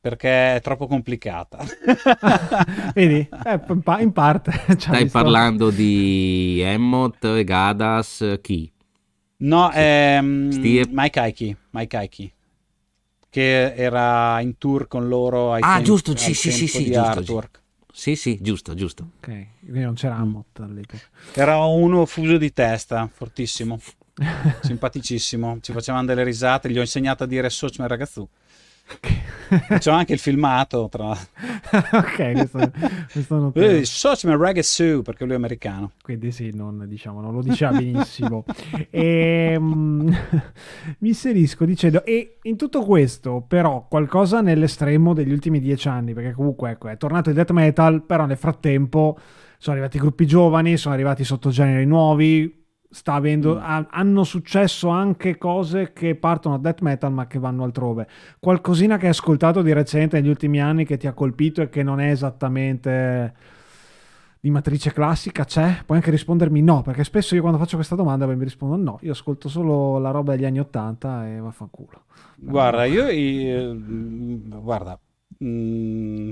perché è troppo complicata. Vedi? Eh, in pa- in parte. Stai parlando di Emmott, Gadas, chi? No, ehm, Steve- Mike Aiki, Mike Aiki, che era in tour con loro ai Ah, tempi, giusto, al sì, sì, sì, tempo sì, di giusto, Artwork. Sì, sì, giusto, giusto. Ok, quindi non c'era Ammott all'epoca. Era uno fuso di testa, fortissimo, simpaticissimo, ci facevano delle risate, gli ho insegnato a dire Sochman ragazzu. C'ho anche il filmato, tra Ok, questo, questo non te- l'altro. Sochman ragazzu, perché lui è americano. quindi sì, non, diciamo, non lo diceva benissimo. E, mm, mi inserisco dicendo, e in tutto questo però qualcosa nell'estremo degli ultimi dieci anni, perché comunque ecco, è tornato il death metal, però nel frattempo sono arrivati gruppi giovani, sono arrivati sottogeneri nuovi, sta avendo, Mm. ha- hanno successo anche cose che partono da death metal ma che vanno altrove. Qualcosina che hai ascoltato di recente negli ultimi anni che ti ha colpito e che non è esattamente di matrice classica c'è? Puoi anche rispondermi no, perché spesso io quando faccio questa domanda poi mi rispondono no, io ascolto solo la roba degli anni ottanta e vaffanculo. Guarda, io, io- mm, guarda, mm,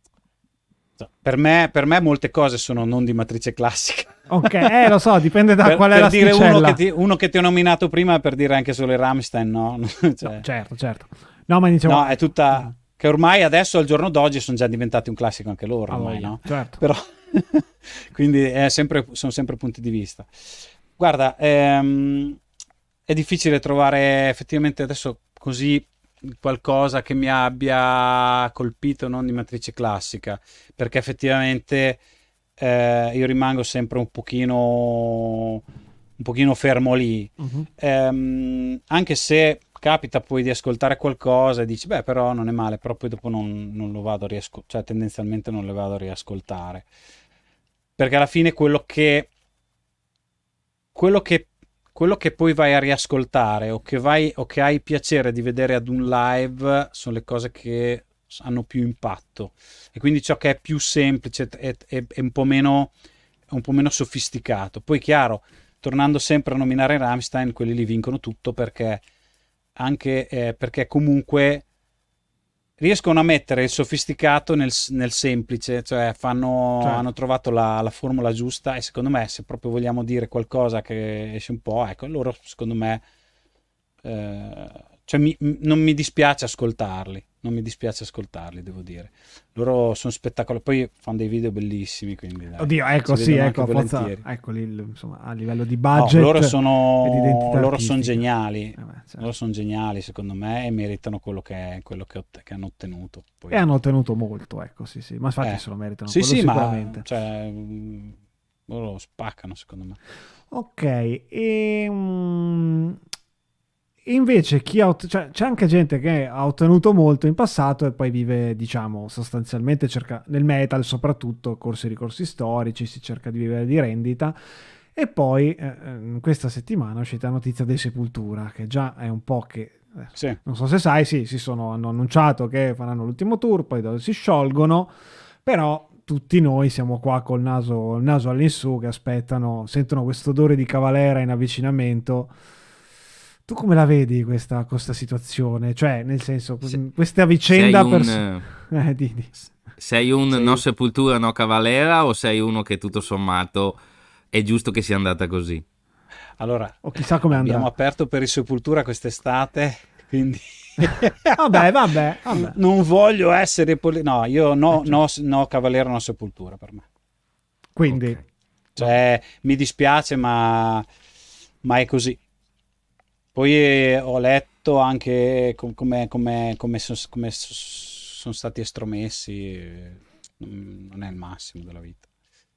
per me, per me molte cose sono non di matrice classica. Ok, eh, lo so, dipende da per, qual è per la dire uno sticella. che, ti, uno che ti ho nominato prima, per dire anche solo i Rammstein, no? Cioè, No, certo, certo. No, ma dicevo... no, è tutta... Che ormai adesso, al giorno d'oggi, sono già diventati un classico anche loro, Ah, ormai, voglia, no? certo. Però, quindi è sempre, sono sempre punti di vista. Guarda, ehm, è difficile trovare effettivamente adesso così qualcosa che mi abbia colpito non di matrice classica, perché effettivamente eh, io rimango sempre un pochino un pochino fermo lì. Mhm. Ehm, anche se capita poi di ascoltare qualcosa e dici beh, però non è male, però poi dopo non, non lo vado a riascoltare, cioè tendenzialmente non le vado a riascoltare, perché alla fine quello che quello che quello che poi vai a riascoltare o che vai o che hai piacere di vedere ad un live sono le cose che hanno più impatto, e quindi ciò che è più semplice è, è, è un po' meno è un po' meno sofisticato. Poi chiaro, tornando sempre a nominare Rammstein, quelli li vincono tutto, perché anche eh, perché comunque riescono a mettere il sofisticato nel, nel semplice, cioè fanno, Certo. hanno trovato la, la formula giusta, e secondo me, se proprio vogliamo dire qualcosa che esce un po', ecco, loro secondo me eh, cioè mi- m- non mi dispiace ascoltarli, non mi dispiace ascoltarli, devo dire. Loro sono spettacolari, poi fanno dei video bellissimi, quindi dai, Oddio, ecco, si sì, vedono ecco, anche a forza- volentieri. ecco lì, il- insomma, a livello di No, budget loro e di sono, identità loro sono artistica. geniali, Eh beh, certo. loro sono geniali secondo me, e meritano quello che, quello che, ott- che hanno ottenuto. Poi, E hanno ottenuto molto, ecco, sì, sì, ma infatti Eh. se lo meritano, sì, quello sì, sicuramente. ma cioè, mm, loro spaccano secondo me. Ok, e mm, invece chi ha, ot- cioè, c'è anche gente che ha ottenuto molto in passato e poi vive, diciamo, sostanzialmente cerca nel metal soprattutto corsi e ricorsi storici, si cerca di vivere di rendita. E poi eh, eh, questa settimana è uscita la notizia dei Sepultura, che già è un po' che eh, Sì. non so se sai, sì, si sono, hanno annunciato che faranno l'ultimo tour, poi dove si sciolgono, però tutti noi siamo qua col naso, il naso all'insù che aspettano, sentono questo odore di cavalera in avvicinamento. Tu come la vedi questa, questa situazione? Cioè, nel senso, Se- questa vicenda sei un, per... eh, Eh, di, di. sei un Sei- no Sepultura, no Cavalera, o sei uno che tutto sommato è giusto che sia andata così? Allora, O chissà come abbiamo andrà. aperto per il Sepultura quest'estate, quindi Vabbè, vabbè, vabbè. non voglio essere poli- no, io no, Eh, no, no Cavaliere, no Sepultura per me. Quindi, Ok. Cioè, mi dispiace, ma, ma è così. Poi eh, ho letto anche com- come, come, come, so- come so- sono stati estromessi, eh, non non è il massimo della vita.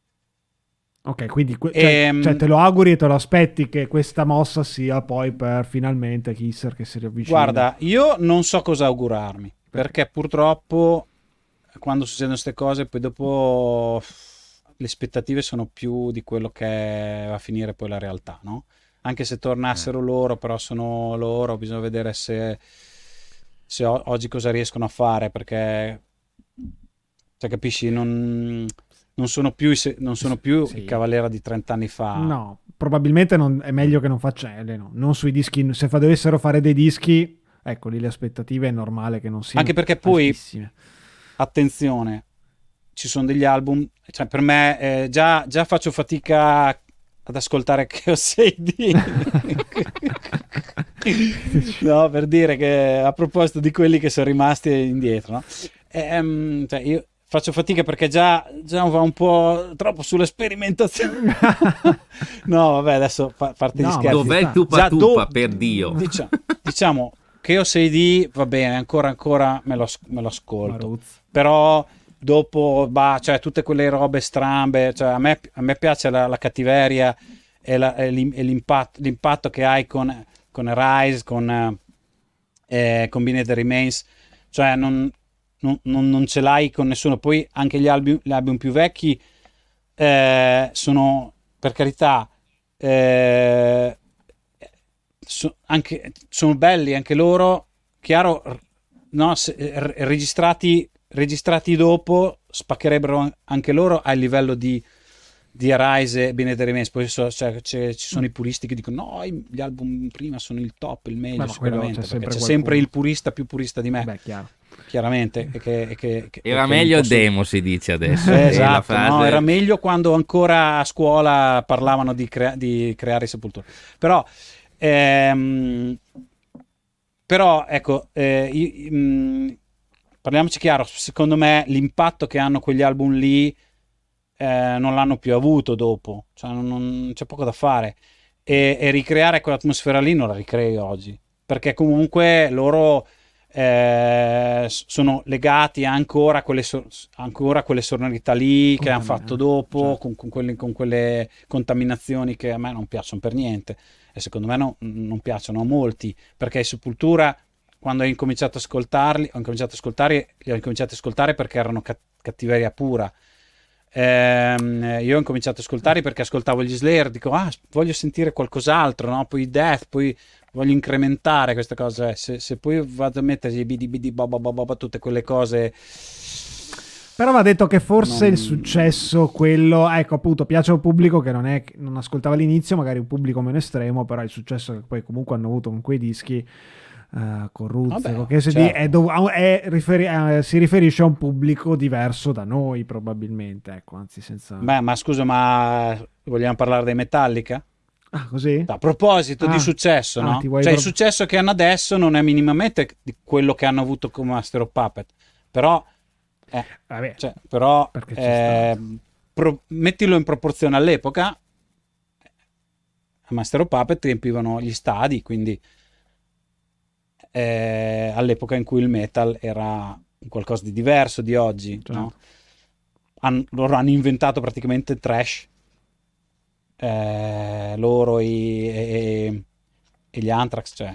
ok, quindi que- cioè, Ehm, cioè, te lo auguri e te lo aspetti che questa mossa sia poi per finalmente Kisser che si riavvicina. Guarda, io non so cosa augurarmi, perché purtroppo quando succedono queste cose, poi dopo le aspettative sono più di quello che va a finire poi la realtà, no? Anche se tornassero loro, però sono loro, bisogna vedere se, se o- oggi cosa riescono a fare, perché, cioè, capisci, non, non sono più, i se- non sono più Sì. il Cavaliera di trenta anni fa. No, probabilmente non- è meglio che non faccia, eh, no. Non sui dischi, se fa- dovessero fare dei dischi ecco, lì le aspettative è normale che non siano anche perché poi altissime. Attenzione, ci sono degli album, cioè per me eh, già, già faccio fatica ad ascoltare Chaos A D. No, per dire che a proposito di quelli che sono rimasti indietro, no? Ehm, cioè io faccio fatica perché già, già va un po' troppo sulla sperimentazione. No, vabbè, adesso fa, parte No, gli scherzi. Dov'è il tupa Già tupa, do- per Dio? Diciamo, diciamo Chaos A D va bene, ancora ancora me lo, me lo ascolto. Maruz. Però dopo, bah, cioè tutte quelle robe strambe, cioè a me, a me piace la, la cattiveria e, la, e l'im- e l'impatto, l'impatto che hai con, con Rise, con, eh, con Beneath the Remains, cioè non, non, non, non ce l'hai con nessuno. Poi anche gli album, gli album più vecchi eh, sono, per carità, eh, so, anche, sono belli anche loro, chiaro, no, se, r- registrati registrati dopo spaccherebbero anche loro a livello di, di Arise e Beneath the Remains. Poi so, cioè, ci sono i puristi che dicono no, gli album prima sono il top, il meglio. Beh, sicuramente c'è perché sempre c'è qualcuno. sempre il purista più purista di me. Beh, chiaro. Chiaramente e che, e che, che, Era che meglio posso... demo, si dice adesso. Eh, E la esatto, frase... no, era meglio quando ancora a scuola parlavano di, crea- di creare Sepoltura. Però ehm, però ecco eh, io, mh, parliamoci chiaro, secondo me l'impatto che hanno quegli album lì eh, non l'hanno più avuto dopo, cioè non, non c'è poco da fare e, e ricreare quell'atmosfera lì non la ricrei oggi, perché comunque loro eh, sono legati ancora a quelle, so- ancora a quelle sonorità lì che hanno fatto dopo, certo. con, con, quelle, con quelle contaminazioni che a me non piacciono per niente e secondo me no, non piacciono a molti, perché Sepultura quando ho incominciato ad ascoltarli, ho incominciato ad ascoltare, li ho incominciato ad ascoltare perché erano cat- cattiveria pura. Ehm, io ho incominciato ad ascoltarli perché ascoltavo gli Slayer, dico, ah, voglio sentire qualcos'altro, no? Poi i Death, poi voglio incrementare queste cose. Se, se poi vado a mettergli bidi bidi baba baba, tutte quelle cose. Però va detto che forse Non- il successo, quello, ecco appunto, piace a un pubblico che non, è, non ascoltava all'inizio, magari un pubblico meno estremo, però il successo che poi comunque hanno avuto con quei dischi, uh, con Roots, Vabbè, con K S D, certo. è dov- è riferi- eh, si riferisce a un pubblico diverso da noi probabilmente, ecco, anzi senza... Beh, ma scusa, ma vogliamo parlare dei Metallica? Ah, così? A proposito Ah. di successo, Ah, no? ti vuoi Cioè, il pro- successo che hanno adesso non è minimamente di quello che hanno avuto con Master of Puppet, però, eh, Vabbè, cioè, però perché c'è eh, stato. pro- mettilo in proporzione all'epoca. A Master of Puppet riempivano gli stadi, quindi eh, all'epoca in cui il metal era qualcosa di diverso di oggi, Certo. no? Han- loro hanno inventato praticamente il thrash. Eh, loro i- e, e gli Anthrax, cioè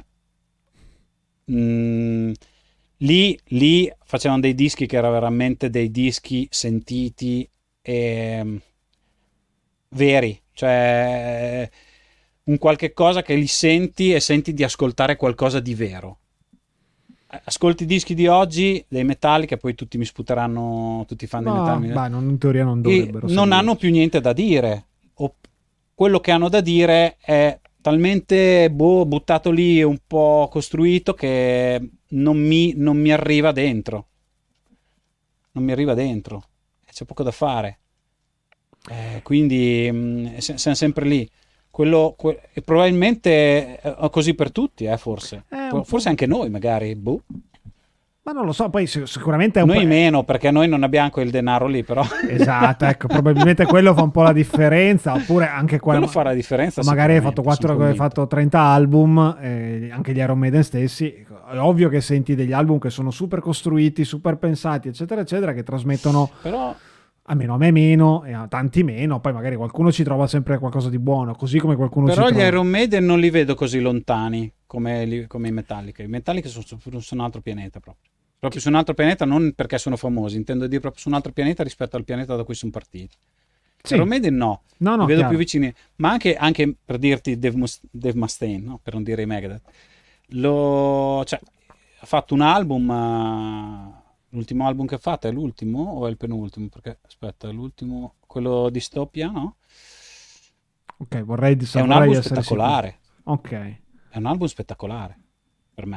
mm, lì, lì facevano dei dischi che erano veramente dei dischi sentiti e veri, cioè un qualche cosa che li senti e senti di ascoltare qualcosa di vero. Ascolti i dischi di oggi dei Metallica, poi tutti mi sputeranno, tutti i fan dei No, Metallica, beh, non, in teoria non e dovrebbero non seguirci. hanno più niente da dire, o quello che hanno da dire è talmente boh, buttato lì e un po' costruito che non mi, non mi arriva dentro, non mi arriva dentro, c'è poco da fare. Eh, quindi mh, se- siamo sempre lì. Quello, que- e probabilmente è così per tutti, eh, forse. Eh, un Forse po'. anche noi, magari. Boh. Ma non lo so, poi sic- sicuramente è un Noi po'... meno, perché noi non abbiamo quel denaro lì, però. Esatto, ecco, probabilmente quello fa un po' la differenza, oppure anche qua... Quello fa la differenza. Magari hai sicuramente, fatto, quattro, sono hai convinto. fatto trenta album, eh, anche gli Iron Maiden stessi, è ovvio che senti degli album che sono super costruiti, super pensati, eccetera, eccetera, che trasmettono, Però almeno a me meno, e a tanti meno, poi magari qualcuno ci trova sempre qualcosa di buono, così come qualcuno Però ci gli trova... Iron Maiden non li vedo così lontani come, li- come i Metallica. I Metallica sono su, su un altro pianeta proprio. Proprio su un altro pianeta, non perché sono famosi, intendo dire proprio su un altro pianeta rispetto al pianeta da cui sono partiti. Sì. Iron Maiden no, No, no, li vedo chiaro. più vicini. Ma anche, anche per dirti Dave, Mus- Dave Mustaine, no? Per non dire i Megadeth. Lo, cioè, ha fatto un album, ma l'ultimo album che ha fatto è l'ultimo o è il penultimo? Perché, aspetta, è l'ultimo, quello di Dystopia, no? Ok, vorrei, È un vorrei album essere spettacolare. sicuro. Ok. È un album spettacolare per me.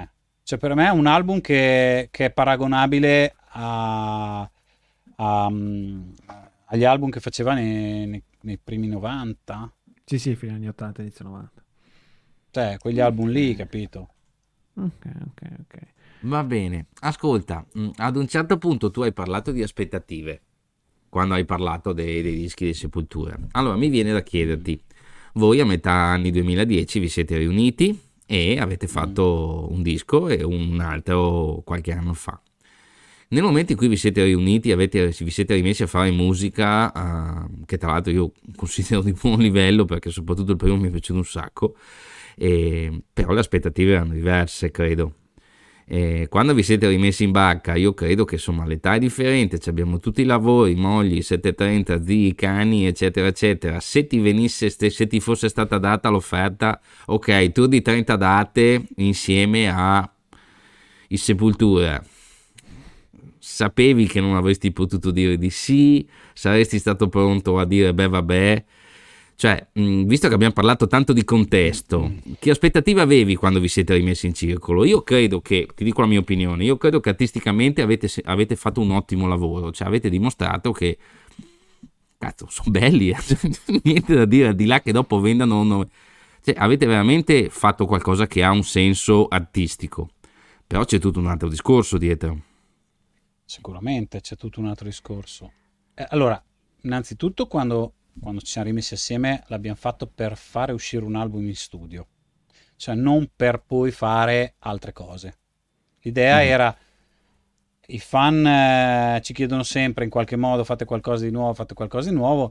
Cioè per me è un album che, che è paragonabile a, a, um, agli album che faceva nei, nei, nei primi novanta. Sì, sì, fine anni ottanta, inizio novanta. Cioè quegli Ok. album lì, capito? Ok, ok, ok. Va bene, ascolta, mh, ad un certo punto tu hai parlato di aspettative, quando hai parlato dei, dei dischi di Sepoltura. Allora mi viene da chiederti, voi a metà anni duemiladieci vi siete riuniti e avete fatto un disco e un altro qualche anno fa. Nel momento in cui vi siete riuniti, avete, vi siete rimessi a fare musica, uh, che tra l'altro io considero di buon livello, perché soprattutto il primo mi è piaciuto un sacco, e, però le aspettative erano diverse, credo. E quando vi siete rimessi in barca, io credo che insomma l'età è differente, abbiamo tutti i lavori, mogli, settecentotrenta, zii, cani, eccetera, eccetera. Se ti venisse, se ti fosse stata data l'offerta, ok, tour di trenta date insieme a i Sepoltura, sapevi che non avresti potuto dire di sì, saresti stato pronto a dire beh vabbè, cioè mh, visto che abbiamo parlato tanto di contesto, che aspettative avevi quando vi siete rimessi in circolo? Io credo che, ti dico la mia opinione, io credo che artisticamente avete, avete fatto un ottimo lavoro, cioè avete dimostrato che cazzo sono belli, niente da dire, al di là che dopo vendano, no, cioè, avete veramente fatto qualcosa che ha un senso artistico, però c'è tutto un altro discorso dietro. Sicuramente c'è tutto un altro discorso. Eh, allora, innanzitutto quando, quando ci siamo rimessi assieme l'abbiamo fatto per fare uscire un album in studio, cioè non per poi fare altre cose. L'idea Mhm. era, i fan eh, ci chiedono sempre in qualche modo fate qualcosa di nuovo, fate qualcosa di nuovo,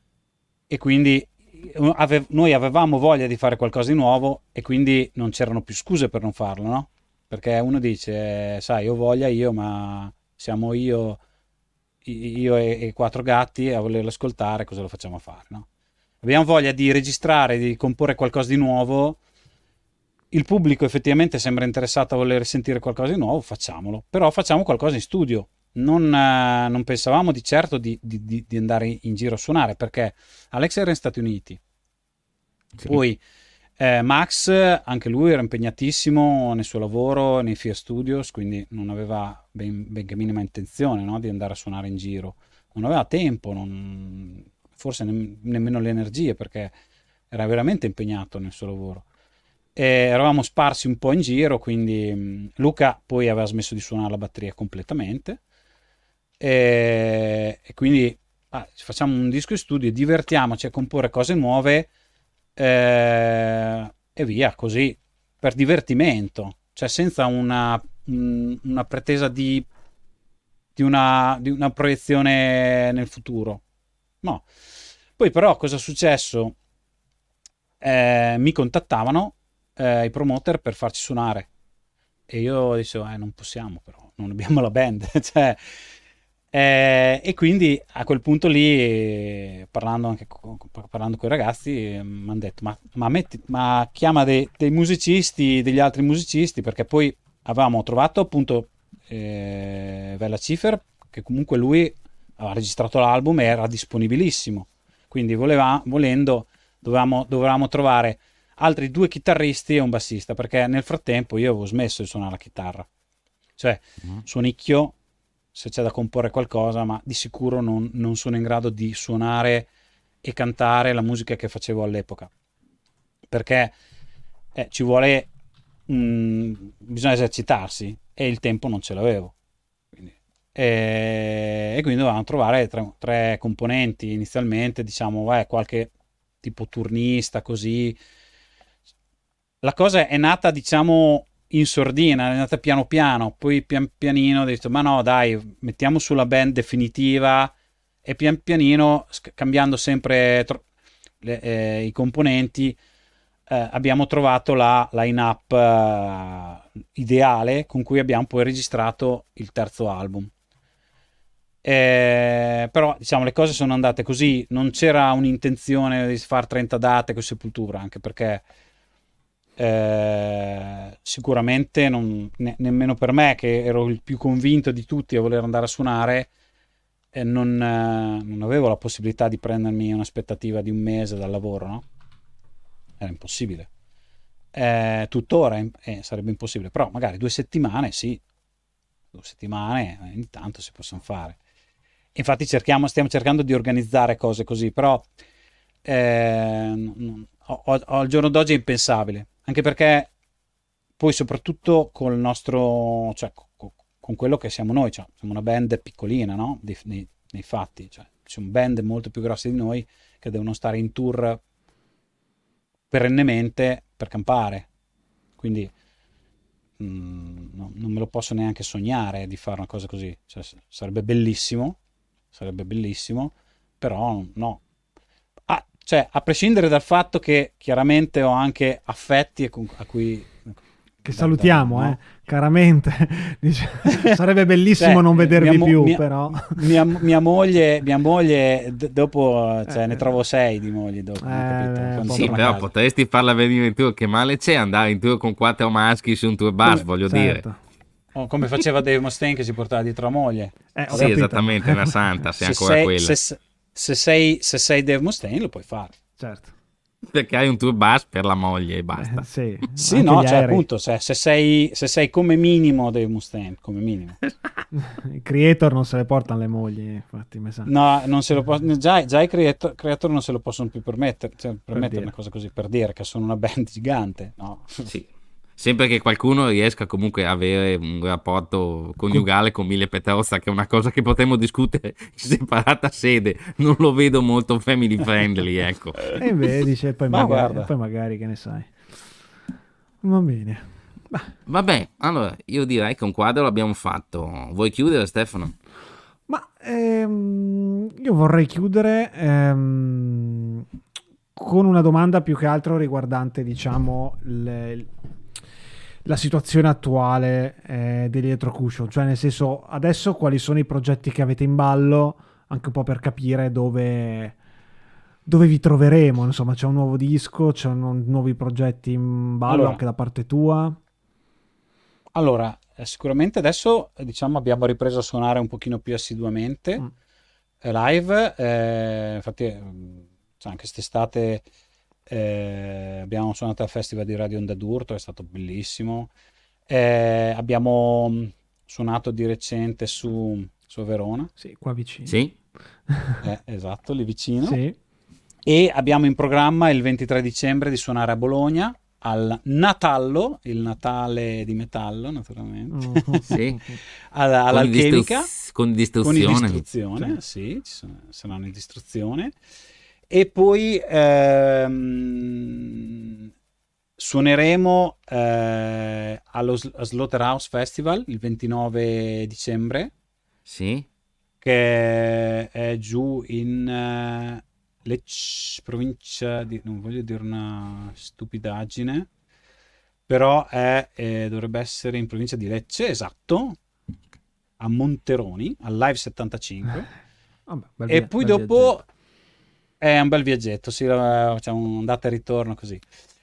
e quindi eh, ave- noi avevamo voglia di fare qualcosa di nuovo e quindi non c'erano più scuse per non farlo, no? Perché uno dice, eh, sai, ho voglia io, ma siamo io, io e, e quattro gatti a volerlo ascoltare, cosa lo facciamo fare, no? Abbiamo voglia di registrare, di comporre qualcosa di nuovo. Il pubblico effettivamente sembra interessato a voler sentire qualcosa di nuovo, facciamolo. Però facciamo qualcosa in studio. Non, eh, non pensavamo di certo di, di- di- di andare in giro a suonare, perché Alex era negli Stati Uniti. Sì. Poi eh, Max, anche lui era impegnatissimo nel suo lavoro, nei Fear Studios, quindi non aveva ben, benché minima intenzione, no, di andare a suonare in giro. Non aveva tempo, non- forse nem- nemmeno le energie, perché era veramente impegnato nel suo lavoro. E eravamo sparsi un po' in giro, quindi mh, Luca poi aveva smesso di suonare la batteria completamente. E, e quindi ah, facciamo un disco in studio, divertiamoci a comporre cose nuove, eh, e via, così, per divertimento, cioè senza una, un- una pretesa di, di una, di una proiezione nel futuro. No. Poi però cosa è successo? Eh, mi contattavano eh, i promoter per farci suonare e io dicevo, eh, non possiamo però, non abbiamo la band, cioè, eh, e quindi a quel punto lì, eh, parlando anche con, parlando con i ragazzi, mi hanno detto, ma, ma, metti, ma chiama dei, dei musicisti, degli altri musicisti, perché poi avevamo trovato appunto eh, Vella Cifer, che comunque lui aveva registrato l'album e era disponibilissimo, quindi voleva, volendo dovevamo, dovevamo trovare altri due chitarristi e un bassista, perché nel frattempo io avevo smesso di suonare la chitarra, cioè Mhm. suonicchio se c'è da comporre qualcosa, ma di sicuro non, non sono in grado di suonare e cantare la musica che facevo all'epoca, perché eh, ci vuole, mm, bisogna esercitarsi e il tempo non ce l'avevo. Quindi, e, e quindi dovevamo trovare tre, tre componenti inizialmente, diciamo, eh, qualche tipo turnista così. La cosa è nata, diciamo, in sordina, è nata piano piano, poi pian pianino ho detto, ma no, dai, mettiamo sulla band definitiva e pian pianino, sc- cambiando sempre tro- le- eh, i componenti, eh, abbiamo trovato la line-up eh, ideale con cui abbiamo poi registrato il terzo album. Eh, però diciamo le cose sono andate così, non c'era un'intenzione di fare trenta date con Sepoltura, anche perché eh, sicuramente non, ne- nemmeno per me, che ero il più convinto di tutti a voler andare a suonare, eh, non, eh, non avevo la possibilità di prendermi un'aspettativa di un mese dal lavoro, no? Era impossibile. eh, tuttora eh, sarebbe impossibile, però magari due settimane sì, due settimane eh, ogni tanto si possono fare. Infatti cerchiamo, stiamo cercando di organizzare cose così, però eh, non, o, o, al giorno d'oggi è impensabile, anche perché poi soprattutto col nostro, cioè con, con quello che siamo noi, cioè, siamo una band piccolina, no? Nei, nei, nei fatti, cioè, ci sono band molto più grosse di noi che devono stare in tour perennemente per campare, quindi mh, no, non me lo posso neanche sognare di fare una cosa così, cioè, sarebbe bellissimo, sarebbe bellissimo, però no. Ah, cioè, a prescindere dal fatto che chiaramente ho anche affetti a cui che salutiamo, no? eh, caramente. Dice, sarebbe bellissimo cioè, non vedervi mo- più, mia, però. Mia, mia moglie, mia moglie d- dopo, cioè, eh, ne trovo sei di mogli dopo. Eh, capito? Sì, però casa. Potresti farla venire in tour. Che male c'è andare in tour con quattro maschi su un tour bus, come, voglio certo. dire. Oh, come faceva Dave Mustaine che si portava dietro la moglie. Eh, sì, capito. Esattamente, una santa, sei se ancora sei, quella. Se, se, sei, se sei Dave Mustaine lo puoi fare. Certo. Perché hai un tour bus per la moglie e basta. Eh, sì, sì no, cioè aerei. Appunto, se, se, sei, se sei come minimo Dave Mustaine, come minimo. I creator non se le portano le mogli, infatti. Mi sa. No, non se lo possono. Già, già i creator, creator non se lo possono più permettere, cioè, permettere per una cosa così, per dire che sono una band gigante. No. Sì. Sempre che qualcuno riesca comunque a avere un rapporto coniugale con Mille Petrozza, che è una cosa che potremmo discutere in separata sede, non lo vedo molto family friendly, ecco. E beh, dice, poi, Ma magari, poi magari, che ne sai. Va bene. Bah. Vabbè, allora, io direi che un quadro l'abbiamo fatto. Vuoi chiudere, Stefano? Ma ehm, io vorrei chiudere ehm, con una domanda più che altro riguardante, diciamo, le... la situazione attuale eh, degli Electrocution, cioè nel senso adesso quali sono i progetti che avete in ballo, anche un po' per capire dove, dove vi troveremo, insomma c'è un nuovo disco, c'è un, nuovi progetti in ballo allora, anche da parte tua? Allora, eh, sicuramente adesso diciamo abbiamo ripreso a suonare un pochino più assiduamente mm. live, eh, infatti eh, cioè anche quest'estate Eh, abbiamo suonato al festival di Radio Onda d'Urto, è stato bellissimo. Eh, abbiamo suonato di recente su, su Verona, sì, qua vicino. Sì. Eh, esatto, lì vicino. Sì. E abbiamo in programma il ventitré dicembre di suonare a Bologna al Natallo, il Natale di metallo, naturalmente. Uh-huh. Sì. alla, all'Alchemica distru- con distruzione. Con distruzione, sì, ci sono, saranno in distruzione. E poi ehm, suoneremo eh, allo Slaughterhouse Festival il ventinove dicembre, sì, che è giù in uh, Lecce, provincia di, non voglio dire una stupidaggine, però è, eh, dovrebbe essere in provincia di Lecce, esatto, a Monteroni, al Live settantacinque. Vabbè, bel e via, poi bel dopo viaggetto. È un bel viaggetto, sì, facciamo un andata e ritorno così.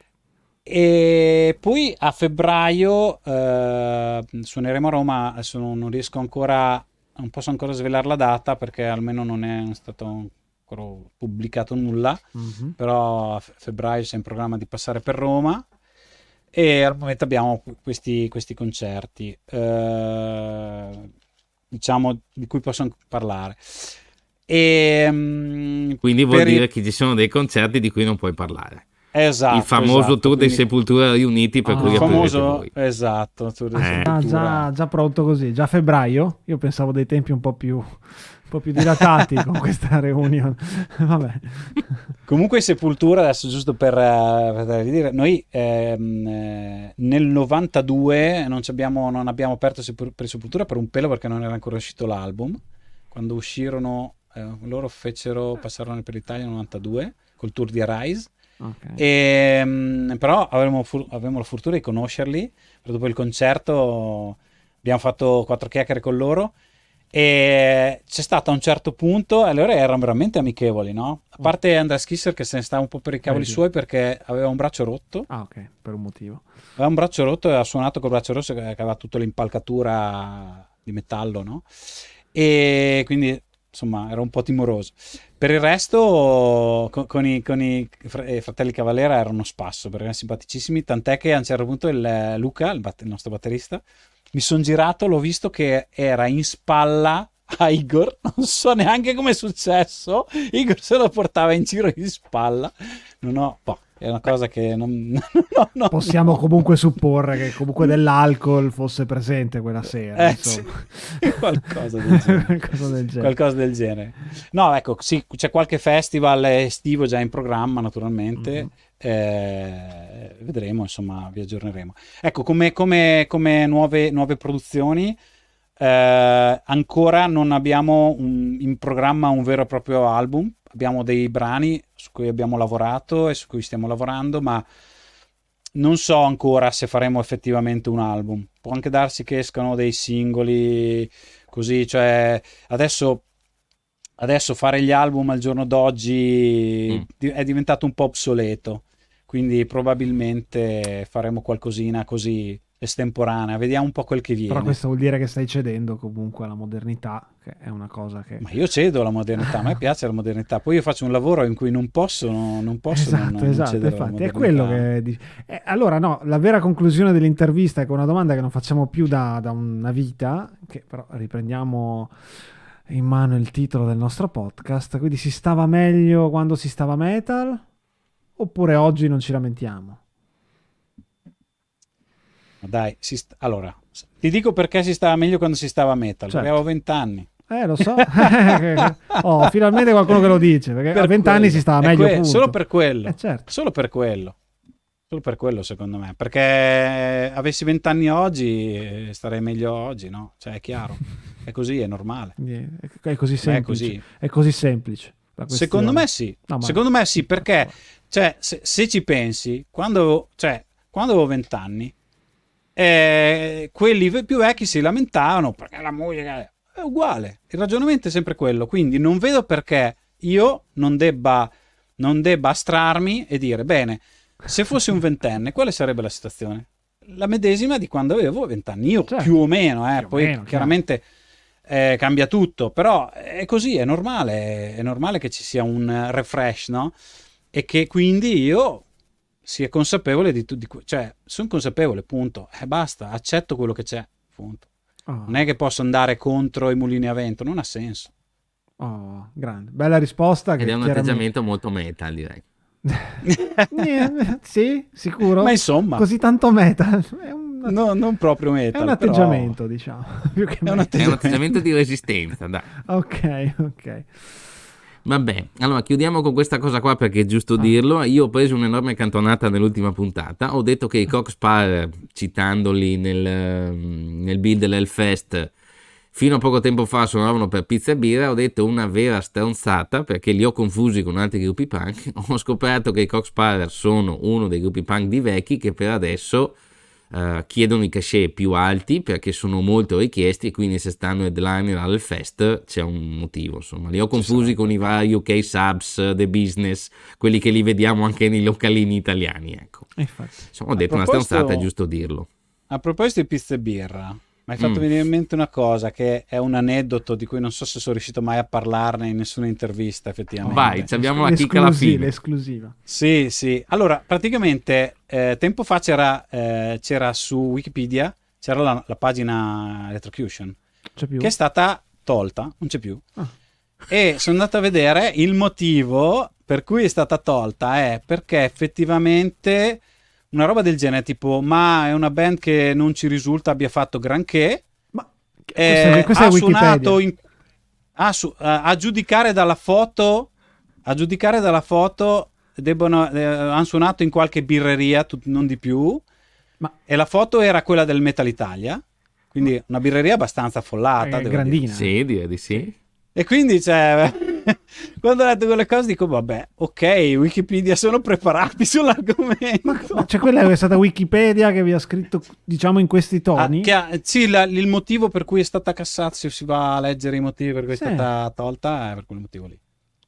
E poi a febbraio eh, suoneremo a Roma. Adesso non, non riesco ancora, non posso ancora svelare la data perché almeno non è stato ancora pubblicato nulla. Mm-hmm. Però a febbraio siamo in programma di passare per Roma e al momento abbiamo questi, questi concerti, eh, diciamo, di cui posso parlare. E, um, quindi vuol dire il... che ci sono dei concerti di cui non puoi parlare. Esatto, il famoso esatto, tour quindi... dei Sepultura riuniti per ah, cui il famoso voi. esatto tour dei eh. Sepultura. Ah, già, già pronto così, già febbraio? Io pensavo dei tempi un po' più un po' più dilatati con questa reunion. Vabbè. Comunque Sepultura, adesso giusto per, per dire, noi ehm, eh, nel novantadue non, ci abbiamo, non abbiamo aperto per Sepultura per un pelo perché non era ancora uscito l'album. Quando uscirono eh, loro fecero, passarono per l'Italia nel novantadue col tour di Arise. Okay. E, mh, però avremo, fu- avremo la fortuna di conoscerli. Dopo il concerto abbiamo fatto quattro chiacchiere con loro e c'è stato a un certo punto, e loro erano veramente amichevoli, no? A parte Andreas Kisser che se ne stava un po' per i cavoli suoi perché aveva un braccio rotto. Ah, ok, per un motivo. Aveva un braccio rotto e ha suonato col braccio rosso che aveva tutta l'impalcatura di metallo, no? E quindi insomma ero un po' timoroso. Per il resto con, con, i, con i fratelli Cavalera erano uno spasso, perché erano simpaticissimi, tant'è che a un certo punto il Luca, il, bat- il nostro batterista, mi sono girato, l'ho visto che era in spalla a Igor, non so neanche come è successo, Igor se lo portava in giro in spalla, non ho, boh, è una cosa che non, no, no, possiamo no. comunque supporre che comunque dell'alcol fosse presente quella sera, eh, insomma. Sì. qualcosa, del genere. qualcosa del genere qualcosa del genere no, ecco, sì, c'è qualche festival estivo già in programma, naturalmente. Mm-hmm. Eh, vedremo, insomma, vi aggiorneremo. Ecco, come, come, come nuove, nuove produzioni, eh, ancora non abbiamo un, in programma un vero e proprio album. Abbiamo dei brani su cui abbiamo lavorato e su cui stiamo lavorando, ma non so ancora se faremo effettivamente un album. Può anche darsi che escano dei singoli così, cioè adesso adesso fare gli album al giorno d'oggi mm. è diventato un po' obsoleto, quindi probabilmente faremo qualcosina così estemporanea, vediamo un po' quel che viene. Però questo vuol dire che stai cedendo comunque alla modernità, che è una cosa che... Ma io cedo alla modernità, a me piace la modernità, poi io faccio un lavoro in cui non posso no, non posso esatto, non, esatto, non infatti è quello che... Eh, allora no, la vera conclusione dell'intervista è con una domanda che non facciamo più da, da una vita, che però riprendiamo in mano il titolo del nostro podcast, quindi si stava meglio quando si stava metal oppure oggi non ci lamentiamo? Dai, si st- allora, ti dico perché si stava meglio quando si stava metal, certo. perché avevo vent'anni. Eh, lo so. Oh, finalmente qualcuno che lo dice, perché per a vent'anni si stava meglio, que- solo per quello. Eh, certo. Solo per quello. Solo per quello, secondo me, perché avessi vent'anni oggi starei meglio oggi, no? Cioè, è chiaro. È così, è normale. È così semplice. È così, è così semplice. Secondo me sì. No, ma... Secondo me sì, perché cioè, se, se ci pensi, quando, cioè, quando avevo vent'anni, eh, quelli più vecchi si lamentavano perché la musica è uguale. Il ragionamento è sempre quello. Quindi non vedo perché io non debba, non debba astrarmi e dire, bene, se fossi un ventenne, quale sarebbe la situazione? La medesima di quando avevo vent'anni. Io certo. più o meno, eh, poi meno, chiaramente... Eh, cambia tutto, però è così, è normale, è normale che ci sia un refresh, no? E che quindi io sia consapevole di tutto, cioè sono consapevole, punto, e eh, basta, accetto quello che c'è, punto. Oh. Non è che posso andare contro i mulini a vento, non ha senso. Oh, grande, bella risposta. Ed che è un chiaramente... atteggiamento molto metal, direi. yeah, sì, sicuro. Ma insomma, così tanto metal è un... no, non proprio metal, è un atteggiamento, però... diciamo. Più che è, un atteggiamento. è un atteggiamento di resistenza, dai. Ok, ok. Vabbè, allora chiudiamo con questa cosa qua perché è giusto ah. dirlo. Io ho preso un'enorme cantonata nell'ultima puntata. Ho detto che i Coxpire, citandoli nel, nel build dell'Hellfest, fino a poco tempo fa suonavano per pizza e birra. Ho detto una vera stronzata perché li ho confusi con altri gruppi punk. Ho scoperto che i Coxpire sono uno dei gruppi punk di vecchi che per adesso uh, chiedono i cachet più alti perché sono molto richiesti e quindi se stanno headliner al fest c'è un motivo. Insomma, li ho confusi con i vari U K Subs, The Business, quelli che li vediamo anche nei localini italiani. Ecco. Infatti. Insomma, ho detto una stronzata, è giusto dirlo. A proposito di pizza e birra, mi hai fatto mm. venire in mente una cosa che è un aneddoto di cui non so se sono riuscito mai a parlarne in nessuna intervista, effettivamente. Vai, abbiamo la chicca alla fine. L'esclusiva. Sì, sì. Allora, praticamente eh, tempo fa c'era, eh, c'era su Wikipedia, c'era la, la pagina Electrocution, c'è più? Che è stata tolta, non c'è più. Ah. E sono andato a vedere il motivo per cui è stata tolta, è perché effettivamente... una roba del genere, tipo, ma è una band che non ci risulta abbia fatto granché. Ma eh, questa è, questa ha è suonato in, a, su, a, a giudicare dalla foto, a giudicare dalla foto, debbono, eh, hanno suonato in qualche birreria, tut, non di più. Ma... e la foto era quella del Metal Italia, quindi una birreria abbastanza affollata. Eh, grandina. Dire. Sì, direi di sì. E quindi, cioè, quando ho letto quelle cose dico, vabbè, ok, Wikipedia sono preparati sull'argomento. Ma, ma cioè quella è stata Wikipedia che vi ha scritto, diciamo, in questi toni? Ah, che ha, sì, la, il motivo per cui è stata cassata, se si va a leggere i motivi per cui sì. è stata tolta, è per quel motivo lì.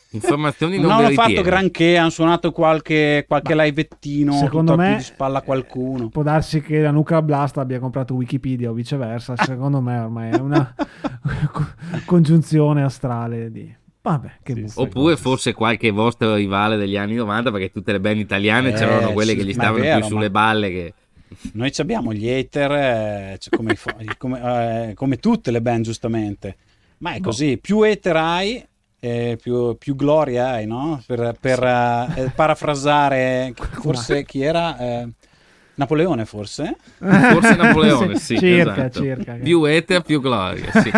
Informazioni non non hanno veritiere. fatto granché, hanno suonato qualche, qualche livettino, secondo tutto a me più di spalla a qualcuno. Può darsi che la Nuclear Blast abbia comprato Wikipedia o viceversa. Secondo me ormai è una congiunzione astrale di... Vabbè, che Sì, buffa. Oppure forse qualche vostro rivale degli anni novanta, perché tutte le band italiane Eh, c'erano quelle sì, che gli ma è stavano vero, più sulle ma- balle che... Noi ci abbiamo gli hater, eh, cioè come, i fo- come, eh, come tutte le band, giustamente. Ma è così, più hater hai, eh, più, più gloria hai, no? Per, per eh, parafrasare, forse chi era? Eh, Napoleone, forse? Forse Napoleone, sì, circa, esatto. circa. Più eter, più gloria, sì.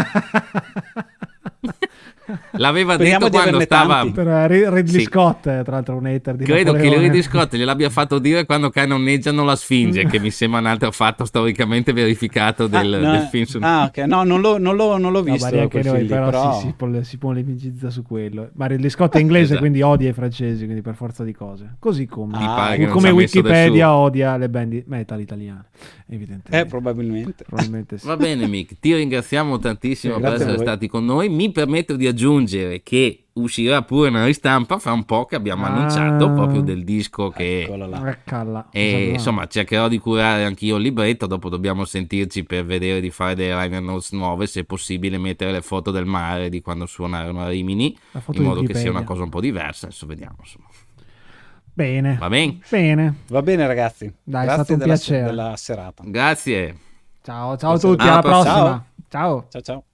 L'aveva Speriamo detto di quando averne stava... tanti. Per eh, Ridley Sì. Scott, eh, tra l'altro un hater di Credo che Napoleone. Ridley Scott gliel'abbia fatto dire quando cannoneggiano la Sfinge, che mi sembra un altro fatto storicamente verificato del, Ah, no, del film. su- ah, ok, no, non l'ho, non l'ho, non l'ho No, visto ma neanche quel noi, film lì, però, però... Si, si, pol- si polemizza su quello. Ma Ridley Scott è inglese, Esatto. quindi odia i francesi, quindi per forza di cose. Così come, Mi pare che non come ci ha messo del Wikipedia suo. odia le band di- metal italiane, evidentemente. Eh, probabilmente. Probabilmente sì. Va bene, Mick, ti ringraziamo tantissimo Sì, per grazie a essere voi. stati con noi. Mi permetto di aggiungere che uscirà pure una ristampa fra un po' che abbiamo Ah. annunciato proprio del disco che... Eccolo là. Raccalla. E Cosa insomma cercherò di curare anch'io il libretto, dopo dobbiamo sentirci per vedere di fare delle liner notes nuove, se possibile mettere le foto del mare di quando suonarono a Rimini, La foto in di modo che sia Wikipedia. una cosa un po' diversa, adesso vediamo insomma. Bene. Va bene? Bene. Va bene, ragazzi. Dai, è Grazie stato un della, piacere. della serata. Grazie. Ciao, ciao a Ciao. tutti, Alla alla prossima. prossima. Ciao. Ciao ciao.